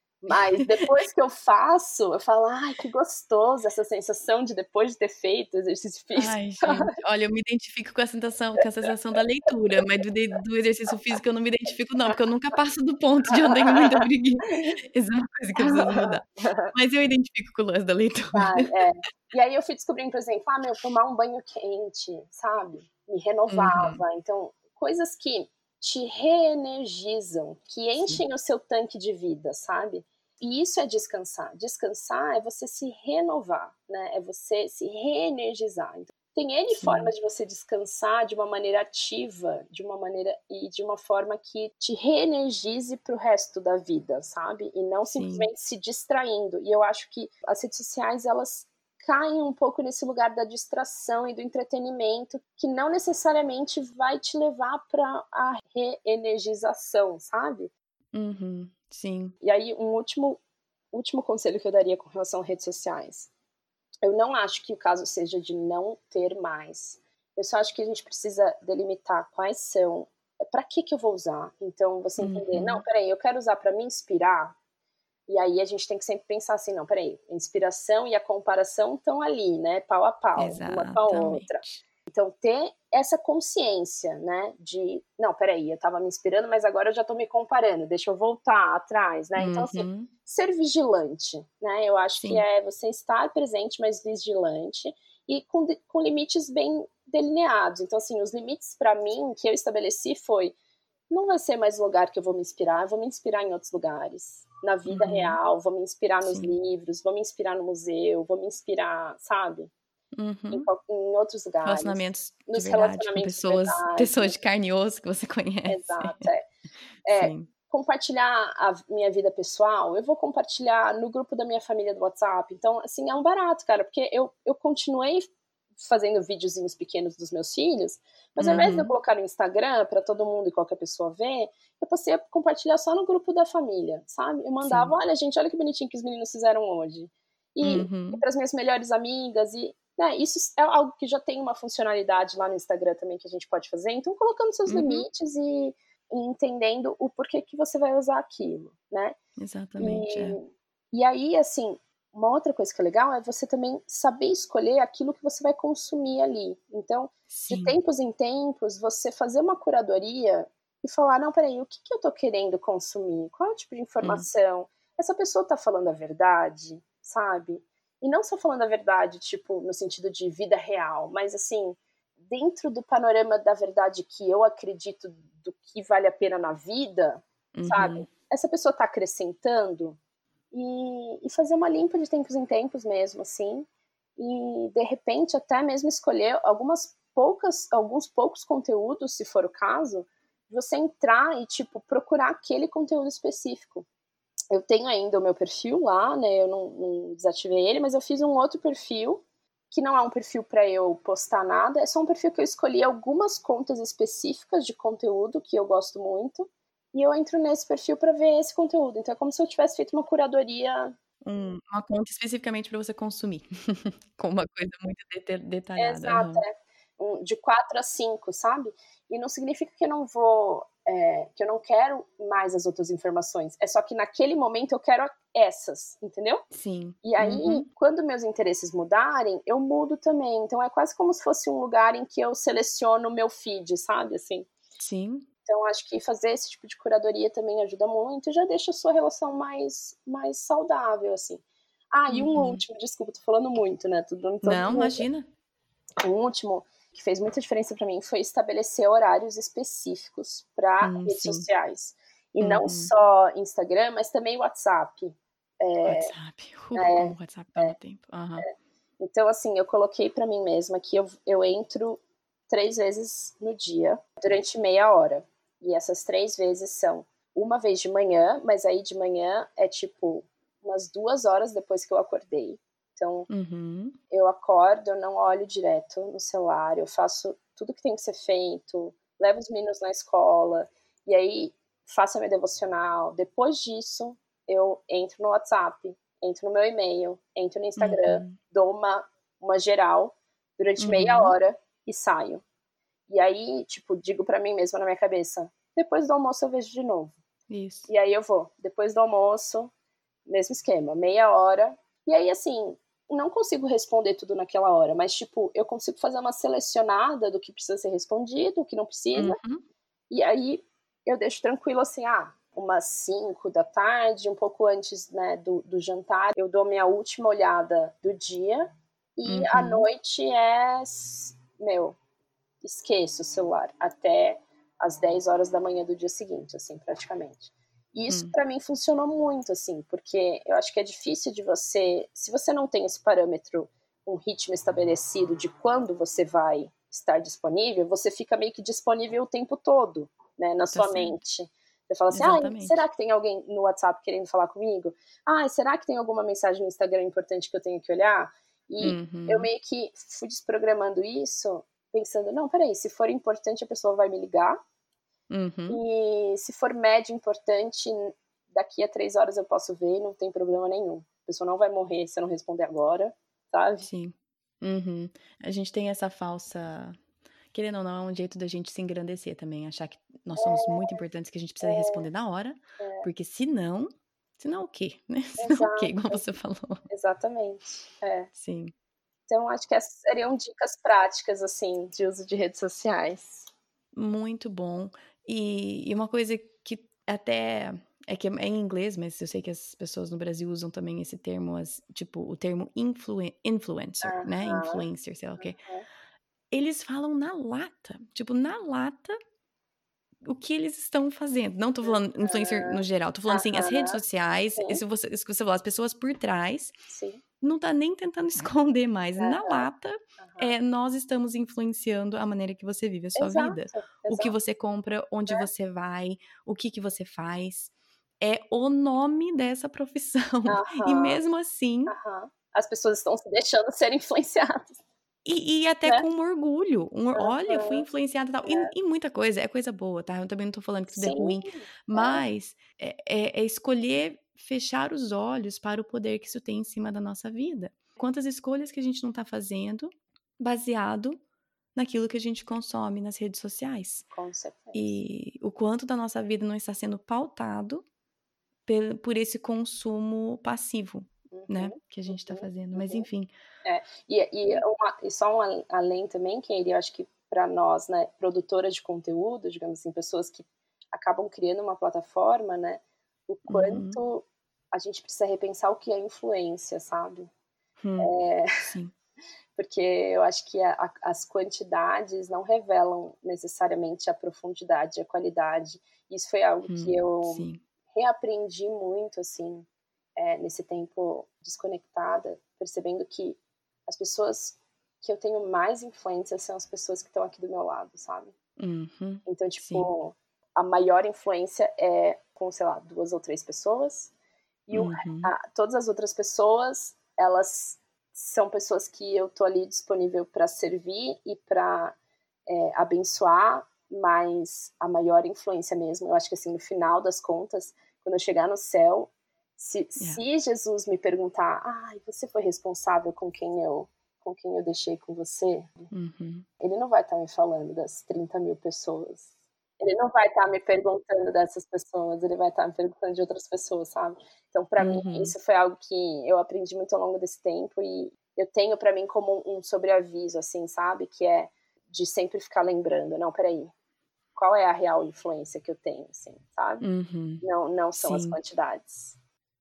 Mas depois que eu faço, eu falo, que gostoso essa sensação de depois de ter feito exercício físico. Ai, gente, olha, eu me identifico com a sensação da leitura, mas do exercício físico eu não me identifico não, porque eu nunca passo do ponto de eu tenho muita preguiça. Isso é uma coisa que eu preciso mudar. Mas eu identifico com o lance da leitura. E aí eu fui descobrindo, por exemplo, tomar um banho quente, sabe? Me Uhum. renovava. Então, coisas que te reenergizam, que Sim. enchem o seu tanque de vida, sabe? E isso é descansar. Descansar é você se renovar, né? É você se reenergizar. Então, tem N Sim. formas de você descansar de uma maneira ativa, de uma forma que te reenergize pro resto da vida, sabe? E não Sim. simplesmente se distraindo. E eu acho que as redes sociais, elas caem um pouco nesse lugar da distração e do entretenimento, que não necessariamente vai te levar para a reenergização, sabe? Uhum. Sim. E aí, um último conselho que eu daria com relação a redes sociais. Eu não acho que o caso seja de não ter mais. Eu só acho que a gente precisa delimitar quais são, para que eu vou usar. Então, você entender, não, Uhum. peraí, eu quero usar para me inspirar. E aí a gente tem que sempre pensar assim, não, peraí, a inspiração e a comparação estão ali, né, pau a pau, uma com a outra. Exatamente. Então, ter essa consciência, né, de, não, peraí, eu tava me inspirando, mas agora eu já tô me comparando, deixa eu voltar atrás, né? Então, assim, ser vigilante, né? Eu acho que é você estar presente, mas vigilante e com limites bem delineados. Então, assim, os limites para mim que eu estabeleci foi, não vai ser mais lugar que eu vou me inspirar, eu vou me inspirar em outros lugares, na vida real, vou me inspirar nos livros, vou me inspirar no museu, vou me inspirar, sabe? Em outros lugares. Relacionamentos de nos verdade, relacionamentos com pessoas de carne e osso que você conhece. Exato, compartilhar a minha vida pessoal, eu vou compartilhar no grupo da minha família do WhatsApp. Então, assim, é um barato, cara, porque eu continuei fazendo videozinhos pequenos dos meus filhos, mas ao invés de eu colocar no Instagram para todo mundo e qualquer pessoa ver, eu passei a compartilhar só no grupo da família, sabe? Eu mandava, olha, gente, olha que bonitinho que os meninos fizeram hoje. E para as minhas melhores amigas, e né, isso é algo que já tem uma funcionalidade lá no Instagram também que a gente pode fazer. Então, colocando seus limites e entendendo o porquê que você vai usar aquilo, né? Exatamente, E aí, assim, uma outra coisa que é legal é você também saber escolher aquilo que você vai consumir ali. Então, de tempos em tempos, você fazer uma curadoria e falar, não, peraí, o que eu tô querendo consumir? Qual é o tipo de informação? Essa pessoa tá falando a verdade, sabe? E não só falando a verdade, tipo, no sentido de vida real, mas, assim, dentro do panorama da verdade que eu acredito do que vale a pena na vida, sabe? Essa pessoa tá acrescentando e fazer uma limpa de tempos em tempos mesmo, assim, e de repente até mesmo escolher alguns poucos conteúdos, se for o caso, você entrar e, tipo, procurar aquele conteúdo específico. Eu tenho ainda o meu perfil lá, né, eu não desativei ele, mas eu fiz um outro perfil, que não é um perfil para eu postar nada, é só um perfil que eu escolhi algumas contas específicas de conteúdo que eu gosto muito, e eu entro nesse perfil para ver esse conteúdo. Então é como se eu tivesse feito uma curadoria. Uma conta especificamente para você consumir, com uma coisa muito detalhada. Exato, de 4 a 5, sabe? E não significa que eu não vou, que eu não quero mais as outras informações. É só que naquele momento eu quero essas, entendeu? Sim. E aí, quando meus interesses mudarem, eu mudo também. Então é quase como se fosse um lugar em que eu seleciono o meu feed, sabe? Assim. Sim. Então, acho que fazer esse tipo de curadoria também ajuda muito e já deixa a sua relação mais saudável, assim. E um último, desculpa, tô falando muito, né? Não, imagina. Um último que fez muita diferença para mim foi estabelecer horários específicos para redes sociais. E não só Instagram, mas também WhatsApp. WhatsApp. Como o WhatsApp toma tempo. Então, assim, eu coloquei para mim mesma que eu entro 3 vezes no dia, durante meia hora. E essas 3 vezes são uma vez de manhã, mas aí de manhã é tipo umas 2 horas depois que eu acordei. Então, eu acordo, eu não olho direto no celular, eu faço tudo que tem que ser feito, levo os meninos na escola, e aí faço a minha devocional. Depois disso, eu entro no WhatsApp, entro no meu e-mail, entro no Instagram, dou uma geral durante meia hora e saio. E aí, tipo, digo pra mim mesma na minha cabeça, depois do almoço eu vejo de novo. Isso. E aí eu vou, depois do almoço, mesmo esquema, meia hora. E aí, assim, não consigo responder tudo naquela hora, mas, tipo, eu consigo fazer uma selecionada do que precisa ser respondido, o que não precisa. E aí eu deixo tranquilo, assim, umas 5 da tarde, um pouco antes, né, do jantar, eu dou minha última olhada do dia. E à noite esqueço o celular até às 10 horas da manhã do dia seguinte, assim, praticamente. E isso pra mim funcionou muito, assim, porque eu acho que é difícil de você, se você não tem esse parâmetro, um ritmo estabelecido de quando você vai estar disponível, você fica meio que disponível o tempo todo, né, na sua mente. Você fala assim, será que tem alguém no WhatsApp querendo falar comigo? Será que tem alguma mensagem no Instagram importante que eu tenho que olhar? E eu meio que fui desprogramando isso, pensando, não, peraí, se for importante a pessoa vai me ligar, e se for médio importante, daqui a 3 horas eu posso ver e não tem problema nenhum. A pessoa não vai morrer se eu não responder agora, sabe? Sim. A gente tem essa falsa... Querendo ou não, é um jeito da gente se engrandecer também, achar que nós somos muito importantes, que a gente precisa responder na hora, porque senão o quê, né? Senão o quê, igual você falou. Exatamente, Sim. Então, acho que essas seriam dicas práticas, assim, de uso de redes sociais. Muito bom. E uma coisa que até é que é em inglês, mas eu sei que as pessoas no Brasil usam também esse termo, tipo, o termo influencer, né? Aham, Influencer, sei lá o quê. aham. Eles falam na lata. Tipo, na lata, o que eles estão fazendo. Não tô falando influencer no geral, tô falando assim, as redes Aham, sociais, sim, isso que você falou, as pessoas por trás, sim. não tá nem tentando esconder mais. Na Aham, lata, aham. nós estamos influenciando a maneira que você vive a sua vida. Exato, O que exato. você compra, onde você vai, o que você faz. É o nome dessa profissão. E Aham, mesmo assim, aham. As pessoas estão se deixando ser influenciadas, e até né. com um orgulho. Olha, fui Aham, influenciada e tal. E muita coisa, é coisa boa, tá? Eu também não tô falando que tudo é sim, ruim. é, Mas é escolher fechar os olhos para o poder que isso tem em cima da nossa vida. Quantas escolhas que a gente não tá fazendo baseado naquilo que a gente consome nas redes sociais. com certeza. E o quanto da nossa vida não está sendo pautado por esse consumo passivo, né? Uhum, Que a gente tá uhum, fazendo. Mas uhum. enfim. É, e só além também, que eu acho que para nós, né, produtoras de conteúdo, digamos assim, pessoas que acabam criando uma plataforma, né, o Uhum. quanto a gente precisa repensar o que é influência, sabe? Sim. Porque eu acho que as quantidades não revelam necessariamente a profundidade, a qualidade. Isso foi algo que eu Sim. reaprendi muito, assim, nesse tempo desconectada, percebendo que as pessoas que eu tenho mais influência são as pessoas que estão aqui do meu lado, sabe? Uhum. Então, Sim. tipo, a maior influência é com, sei lá, 2 ou 3 pessoas, e Uhum. todas as outras pessoas, elas são pessoas que eu tô ali disponível para servir e para abençoar, mas a maior influência mesmo, eu acho que assim, no final das contas, quando eu chegar no céu, É. se Jesus me perguntar, você foi responsável com quem eu deixei com você? Uhum. Ele não vai estar me falando das 30 mil pessoas. Ele não vai estar me perguntando dessas pessoas, ele vai estar me perguntando de outras pessoas, sabe? Então, para mim, Uhum. isso foi algo que eu aprendi muito ao longo desse tempo e eu tenho para mim como um sobreaviso, assim, sabe? Que é de sempre ficar lembrando, não, peraí, qual é a real influência que eu tenho, assim, sabe? Uhum. Não são as Sim. quantidades.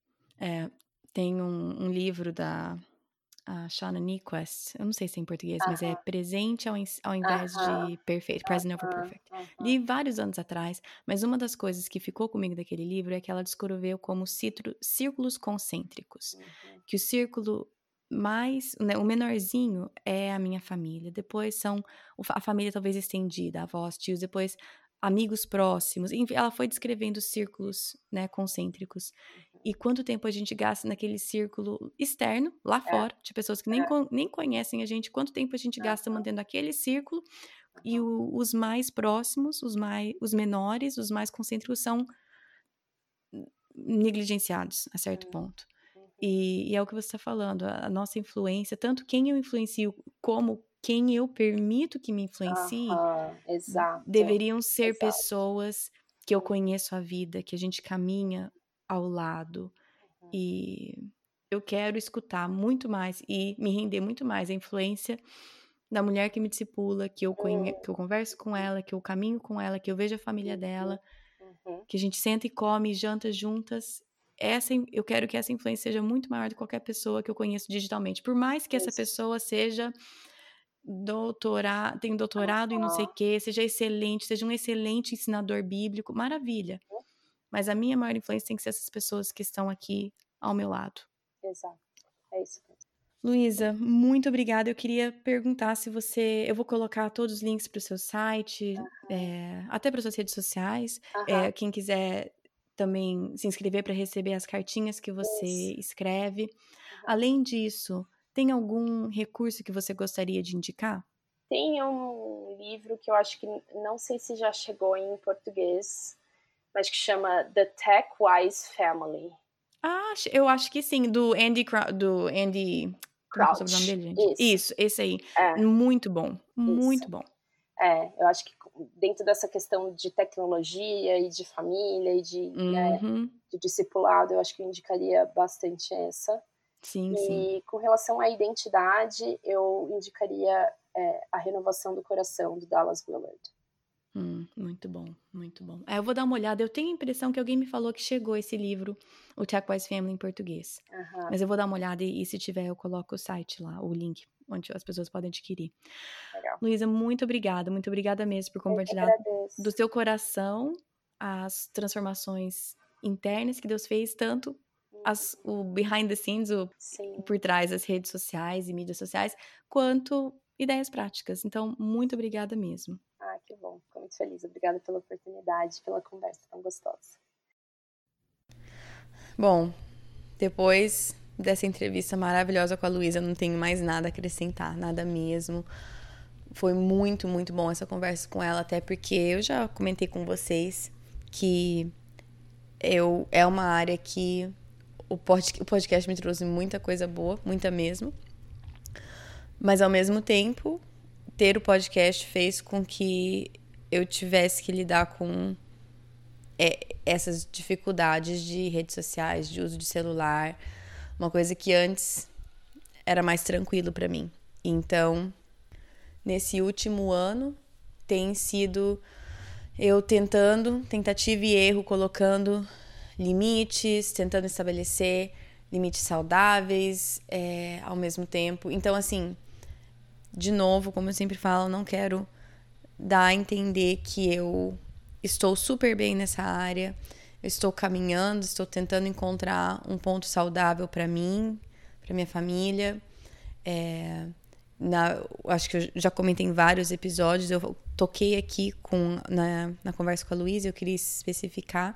Tem um livro da Shauna Niequist, eu não sei se é em português, mas é Aham, Presente ao invés aham, de Perfeito, Present over aham, Perfect. aham. Li vários anos atrás, mas uma das coisas que ficou comigo daquele livro é que ela descreveu como círculos concêntricos. Uhum. Que o círculo mais, né, o menorzinho é a minha família, depois são a família talvez estendida, avós, tios, depois amigos próximos, enfim, ela foi descrevendo círculos, né, concêntricos. E quanto tempo a gente gasta naquele círculo externo, lá É, fora, de pessoas que é, nem conhecem a gente, quanto tempo a gente gasta aham, mantendo aquele círculo, e aham. os mais próximos, os menores, os mais concêntricos são negligenciados a certo Uhum, ponto. uhum. E é o que você está falando, a nossa influência, tanto quem eu influencio como quem eu permito que me influencie, Aham, exato, deveriam ser exato. pessoas que eu Uhum, conheço a vida, que a gente caminha ao lado. uhum, E eu quero escutar muito mais e me render muito mais à influência da mulher que me discipula, que eu converso com ela, que eu caminho com ela, que eu vejo a família uhum, dela, uhum. que a gente senta e come e janta juntas. Eu quero que essa influência seja muito maior do que qualquer pessoa que eu conheço digitalmente. Por mais que essa Isso. pessoa tenha doutorado em não sei o Aham, quê, seja excelente, seja um excelente ensinador bíblico, maravilha. Mas a minha maior influência tem que ser essas pessoas que estão aqui ao meu lado. exato. É isso mesmo. Luísa, muito obrigada. Eu queria perguntar se você. Eu vou colocar todos os links para o seu site, até para suas redes sociais. Aham, Quem quiser também se inscrever para receber as cartinhas que você isso. escreve. Aham. Além disso, tem algum recurso que você gostaria de indicar? Tem um livro que eu acho que não sei se já chegou em português, mas que chama The Tech Wise Family. Eu acho que sim, do Andy. Como é que é o sobrenome Crouch. dele, gente? Isso. Isso, esse aí. É, Muito bom, isso. muito bom. Eu acho que dentro dessa questão de tecnologia e de família e de, né, Uhum, de discipulado, eu acho que eu indicaria bastante essa. Sim, sim. E com relação à identidade, eu indicaria A Renovação do Coração, do Dallas Willard. Muito bom, muito bom. Eu vou dar uma olhada. Eu tenho a impressão que alguém me falou que chegou esse livro, o Tech-Wise Family, em português. Mas eu vou dar uma olhada e se tiver eu coloco o site lá, o link, onde as pessoas podem adquirir. Legal. Luísa, muito obrigada mesmo por compartilhar do seu coração as transformações internas que Deus fez, tanto o behind the scenes, por trás das redes sociais e mídias sociais, quanto ideias práticas. Então, muito obrigada mesmo. Que bom. Fico muito feliz. Obrigada pela oportunidade, pela conversa tão gostosa. Bom, depois dessa entrevista maravilhosa com a Luísa, não tenho mais nada a acrescentar, nada mesmo. Foi muito, muito bom essa conversa com ela, até porque eu já comentei com vocês que é uma área que o podcast me trouxe muita coisa boa, muita mesmo. Mas, ao mesmo tempo, ter o podcast fez com que eu tivesse que lidar com essas dificuldades de redes sociais, de uso de celular, uma coisa que antes era mais tranquilo para mim. Então, nesse último ano, tem sido eu tentativa e erro, colocando limites, tentando estabelecer limites saudáveis ao mesmo tempo. Então, assim, de novo, como eu sempre falo, não quero dar a entender que eu estou super bem nessa área, eu estou caminhando, estou tentando encontrar um ponto saudável para mim, para minha família. Acho que eu já comentei em vários episódios, eu toquei aqui na conversa com a Luísa, eu queria especificar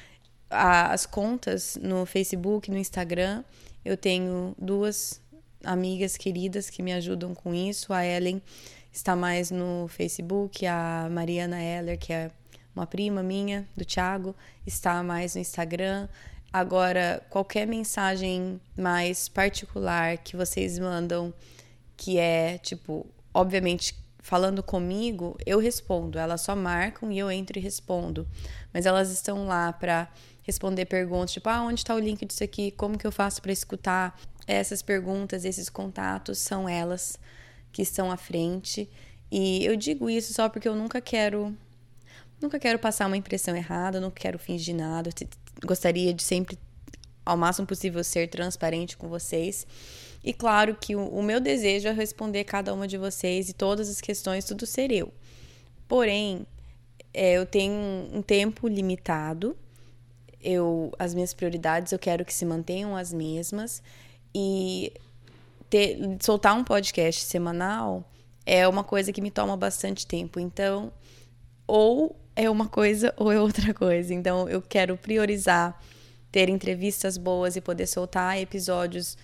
as contas no Facebook, no Instagram. Eu tenho 2 amigas queridas que me ajudam com isso. A Ellen está mais no Facebook, a Mariana Heller, que é uma prima minha, do Thiago, está mais no Instagram. Agora, qualquer mensagem mais particular que vocês mandam, que é, tipo, obviamente, falando comigo, eu respondo. Elas só marcam e eu entro e respondo. Mas elas estão lá para responder perguntas, tipo, onde está o link disso aqui? Como que eu faço para escutar? Essas perguntas, esses contatos, são elas que estão à frente. E eu digo isso só porque eu nunca quero passar uma impressão errada, não quero fingir nada. Eu gostaria de sempre, ao máximo possível, ser transparente com vocês. E claro que o meu desejo é responder cada uma de vocês e todas as questões, tudo ser eu. Porém, eu tenho um tempo limitado. As minhas prioridades eu quero que se mantenham as mesmas. E soltar um podcast semanal é uma coisa que me toma bastante tempo. Então, ou é uma coisa ou é outra coisa. Então, eu quero priorizar ter entrevistas boas e poder soltar episódios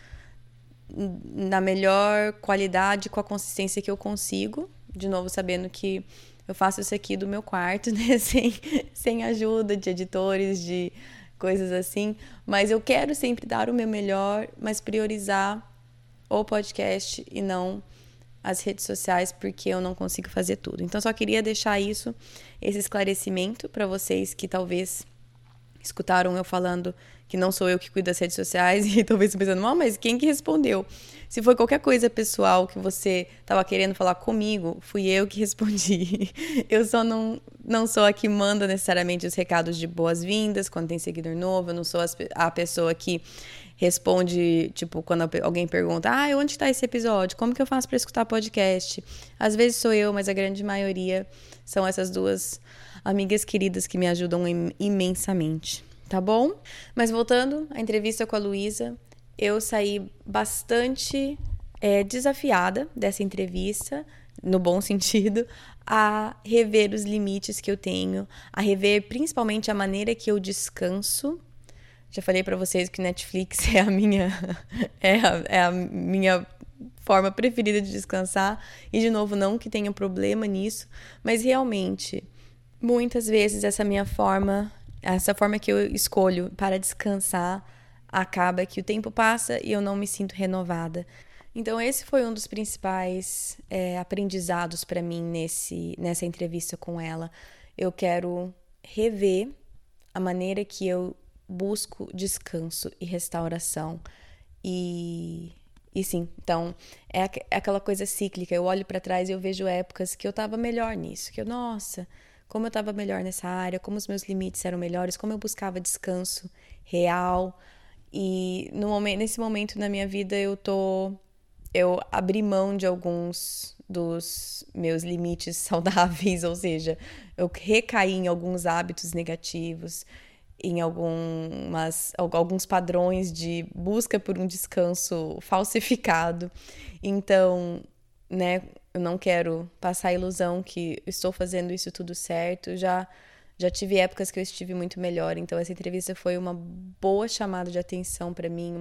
na melhor qualidade, com a consistência que eu consigo. De novo, sabendo que eu faço isso aqui do meu quarto, né? Sem ajuda de editores, de coisas assim. Mas eu quero sempre dar o meu melhor, mas priorizar o podcast e não as redes sociais, porque eu não consigo fazer tudo. Então, só queria deixar esse esclarecimento para vocês que talvez escutaram eu falando que não sou eu que cuido das redes sociais e talvez pensando, mas quem que respondeu? Se foi qualquer coisa pessoal que você estava querendo falar comigo, fui eu que respondi. Eu só não sou a que manda necessariamente os recados de boas-vindas quando tem seguidor novo, eu não sou a pessoa que responde, tipo, quando alguém pergunta, onde está esse episódio? Como que eu faço para escutar podcast? Às vezes sou eu, mas a grande maioria são essas 2 amigas queridas que me ajudam imensamente, tá bom? Mas voltando à entrevista com a Luísa, eu saí bastante desafiada dessa entrevista, no bom sentido, a rever os limites que eu tenho, a rever principalmente a maneira que eu descanso. Já falei pra vocês que Netflix é a minha forma preferida de descansar. E, de novo, não que tenha problema nisso, mas realmente, muitas vezes essa forma que eu escolho para descansar, acaba que o tempo passa e eu não me sinto renovada. Então, esse foi um dos principais aprendizados para mim nessa entrevista com ela. Eu quero rever a maneira que eu busco descanso e restauração. E sim, então é aquela coisa cíclica. Eu olho para trás e eu vejo épocas que eu tava melhor nisso, que nossa, como eu tava melhor nessa área, como os meus limites eram melhores, como eu buscava descanso real. E nesse momento na minha vida eu abri mão de alguns dos meus limites saudáveis, ou seja, eu recaí em alguns hábitos negativos, em alguns padrões de busca por um descanso falsificado. Então, né, eu não quero passar a ilusão que estou fazendo isso tudo certo. Já tive épocas que eu estive muito melhor, então essa entrevista foi uma boa chamada de atenção para mim,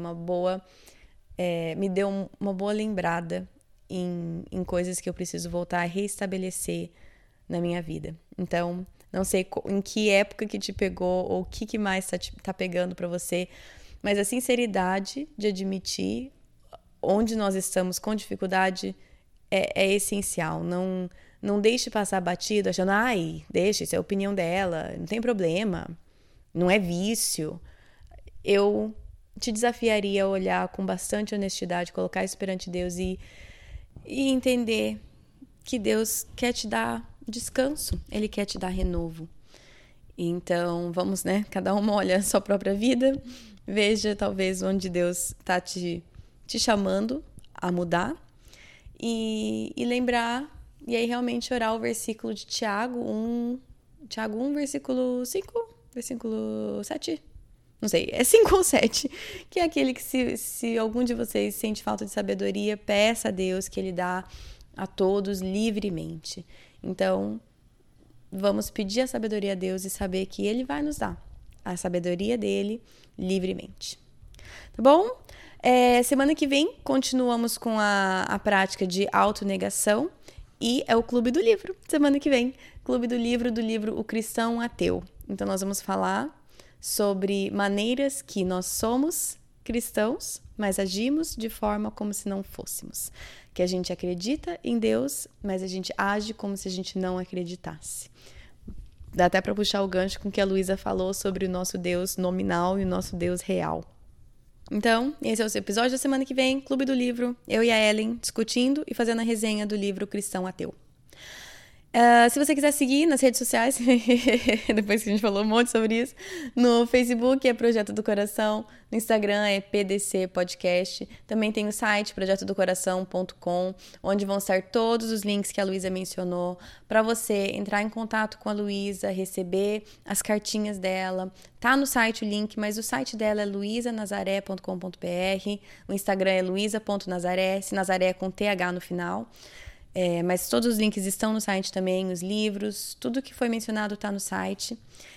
me deu uma boa lembrada em coisas que eu preciso voltar a reestabelecer na minha vida. Então, não sei em que época que te pegou ou o que mais tá pegando para você, mas a sinceridade de admitir onde nós estamos com dificuldade é essencial. Não deixe passar batido achando, deixa, isso é a opinião dela, não tem problema, não é vício. Eu te desafiaria a olhar com bastante honestidade, colocar isso perante Deus e entender que Deus quer te dar descanso, Ele quer te dar renovo. Então, vamos, né? Cada uma olha a sua própria vida, veja talvez onde Deus está te chamando a mudar e lembrar, e aí realmente orar o versículo de Tiago 1, versículo 5, versículo 7, não sei, é 5 ou 7, que é aquele que se algum de vocês sente falta de sabedoria, peça a Deus que Ele dá a todos livremente. Então, vamos pedir a sabedoria a Deus e saber que Ele vai nos dar a sabedoria dEle livremente. Tá bom? Semana que vem, continuamos com a prática de autonegação e é o Clube do Livro. Semana que vem, Clube do livro O Cristão Ateu. Então, nós vamos falar sobre maneiras que nós somos cristãos, mas agimos de forma como se não fôssemos. Que a gente acredita em Deus, mas a gente age como se a gente não acreditasse. Dá até para puxar o gancho com o que a Luísa falou sobre o nosso Deus nominal e o nosso Deus real. Então, esse é o episódio da semana que vem, Clube do Livro, eu e a Ellen discutindo e fazendo a resenha do livro Cristão Ateu. Se você quiser seguir nas redes sociais, depois que a gente falou um monte sobre isso, no Facebook é Projeto do Coração, no Instagram é PDC Podcast, também tem o site projetodocoração.com, onde vão estar todos os links que a Luísa mencionou, para você entrar em contato com a Luísa, receber as cartinhas dela. Tá no site o link, mas o site dela é luisanazaré.com.br, o Instagram é luisa.nazaré, se Nazaré é com TH no final. Mas todos os links estão no site também, os livros, tudo que foi mencionado está no site.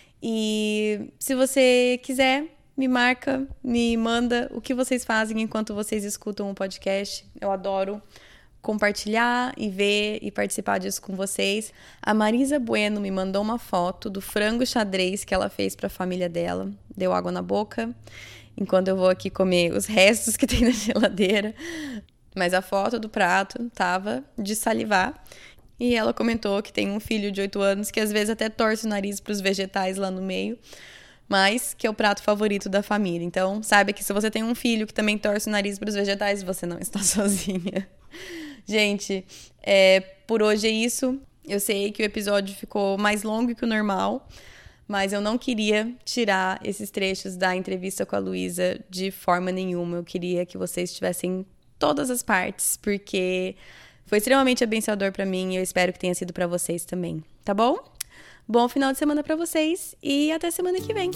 E se você quiser, me marca, me manda o que vocês fazem enquanto vocês escutam o podcast. Eu adoro compartilhar e ver e participar disso com vocês. A Marisa Bueno me mandou uma foto do frango xadrez que ela fez para a família dela. Deu água na boca, enquanto eu vou aqui comer os restos que tem na geladeira. Mas a foto do prato tava de salivar. E ela comentou que tem um filho de 8 anos que às vezes até torce o nariz para os vegetais lá no meio, mas que é o prato favorito da família. Então, saiba que se você tem um filho que também torce o nariz para os vegetais, você não está sozinha. Gente, por hoje é isso. Eu sei que o episódio ficou mais longo que o normal, mas eu não queria tirar esses trechos da entrevista com a Luísa de forma nenhuma. Eu queria que vocês tivessem todas as partes, porque foi extremamente abençoador para mim e eu espero que tenha sido para vocês também, tá bom? Bom final de semana para vocês e até semana que vem.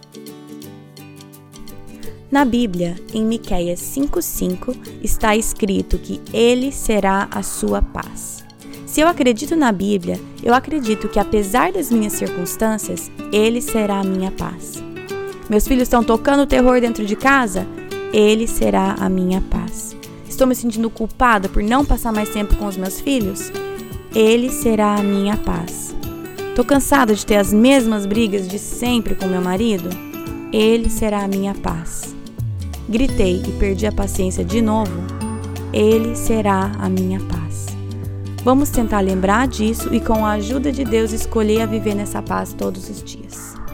Na Bíblia, em Miqueias 5:5, está escrito que Ele será a sua paz. Se eu acredito na Bíblia, eu acredito que apesar das minhas circunstâncias, Ele será a minha paz. Meus filhos estão tocando terror dentro de casa? Ele será a minha paz. Estou me sentindo culpada por não passar mais tempo com os meus filhos? Ele será a minha paz. Estou cansada de ter as mesmas brigas de sempre com meu marido? Ele será a minha paz. Gritei e perdi a paciência de novo? Ele será a minha paz. Vamos tentar lembrar disso e com a ajuda de Deus escolher a viver nessa paz todos os dias.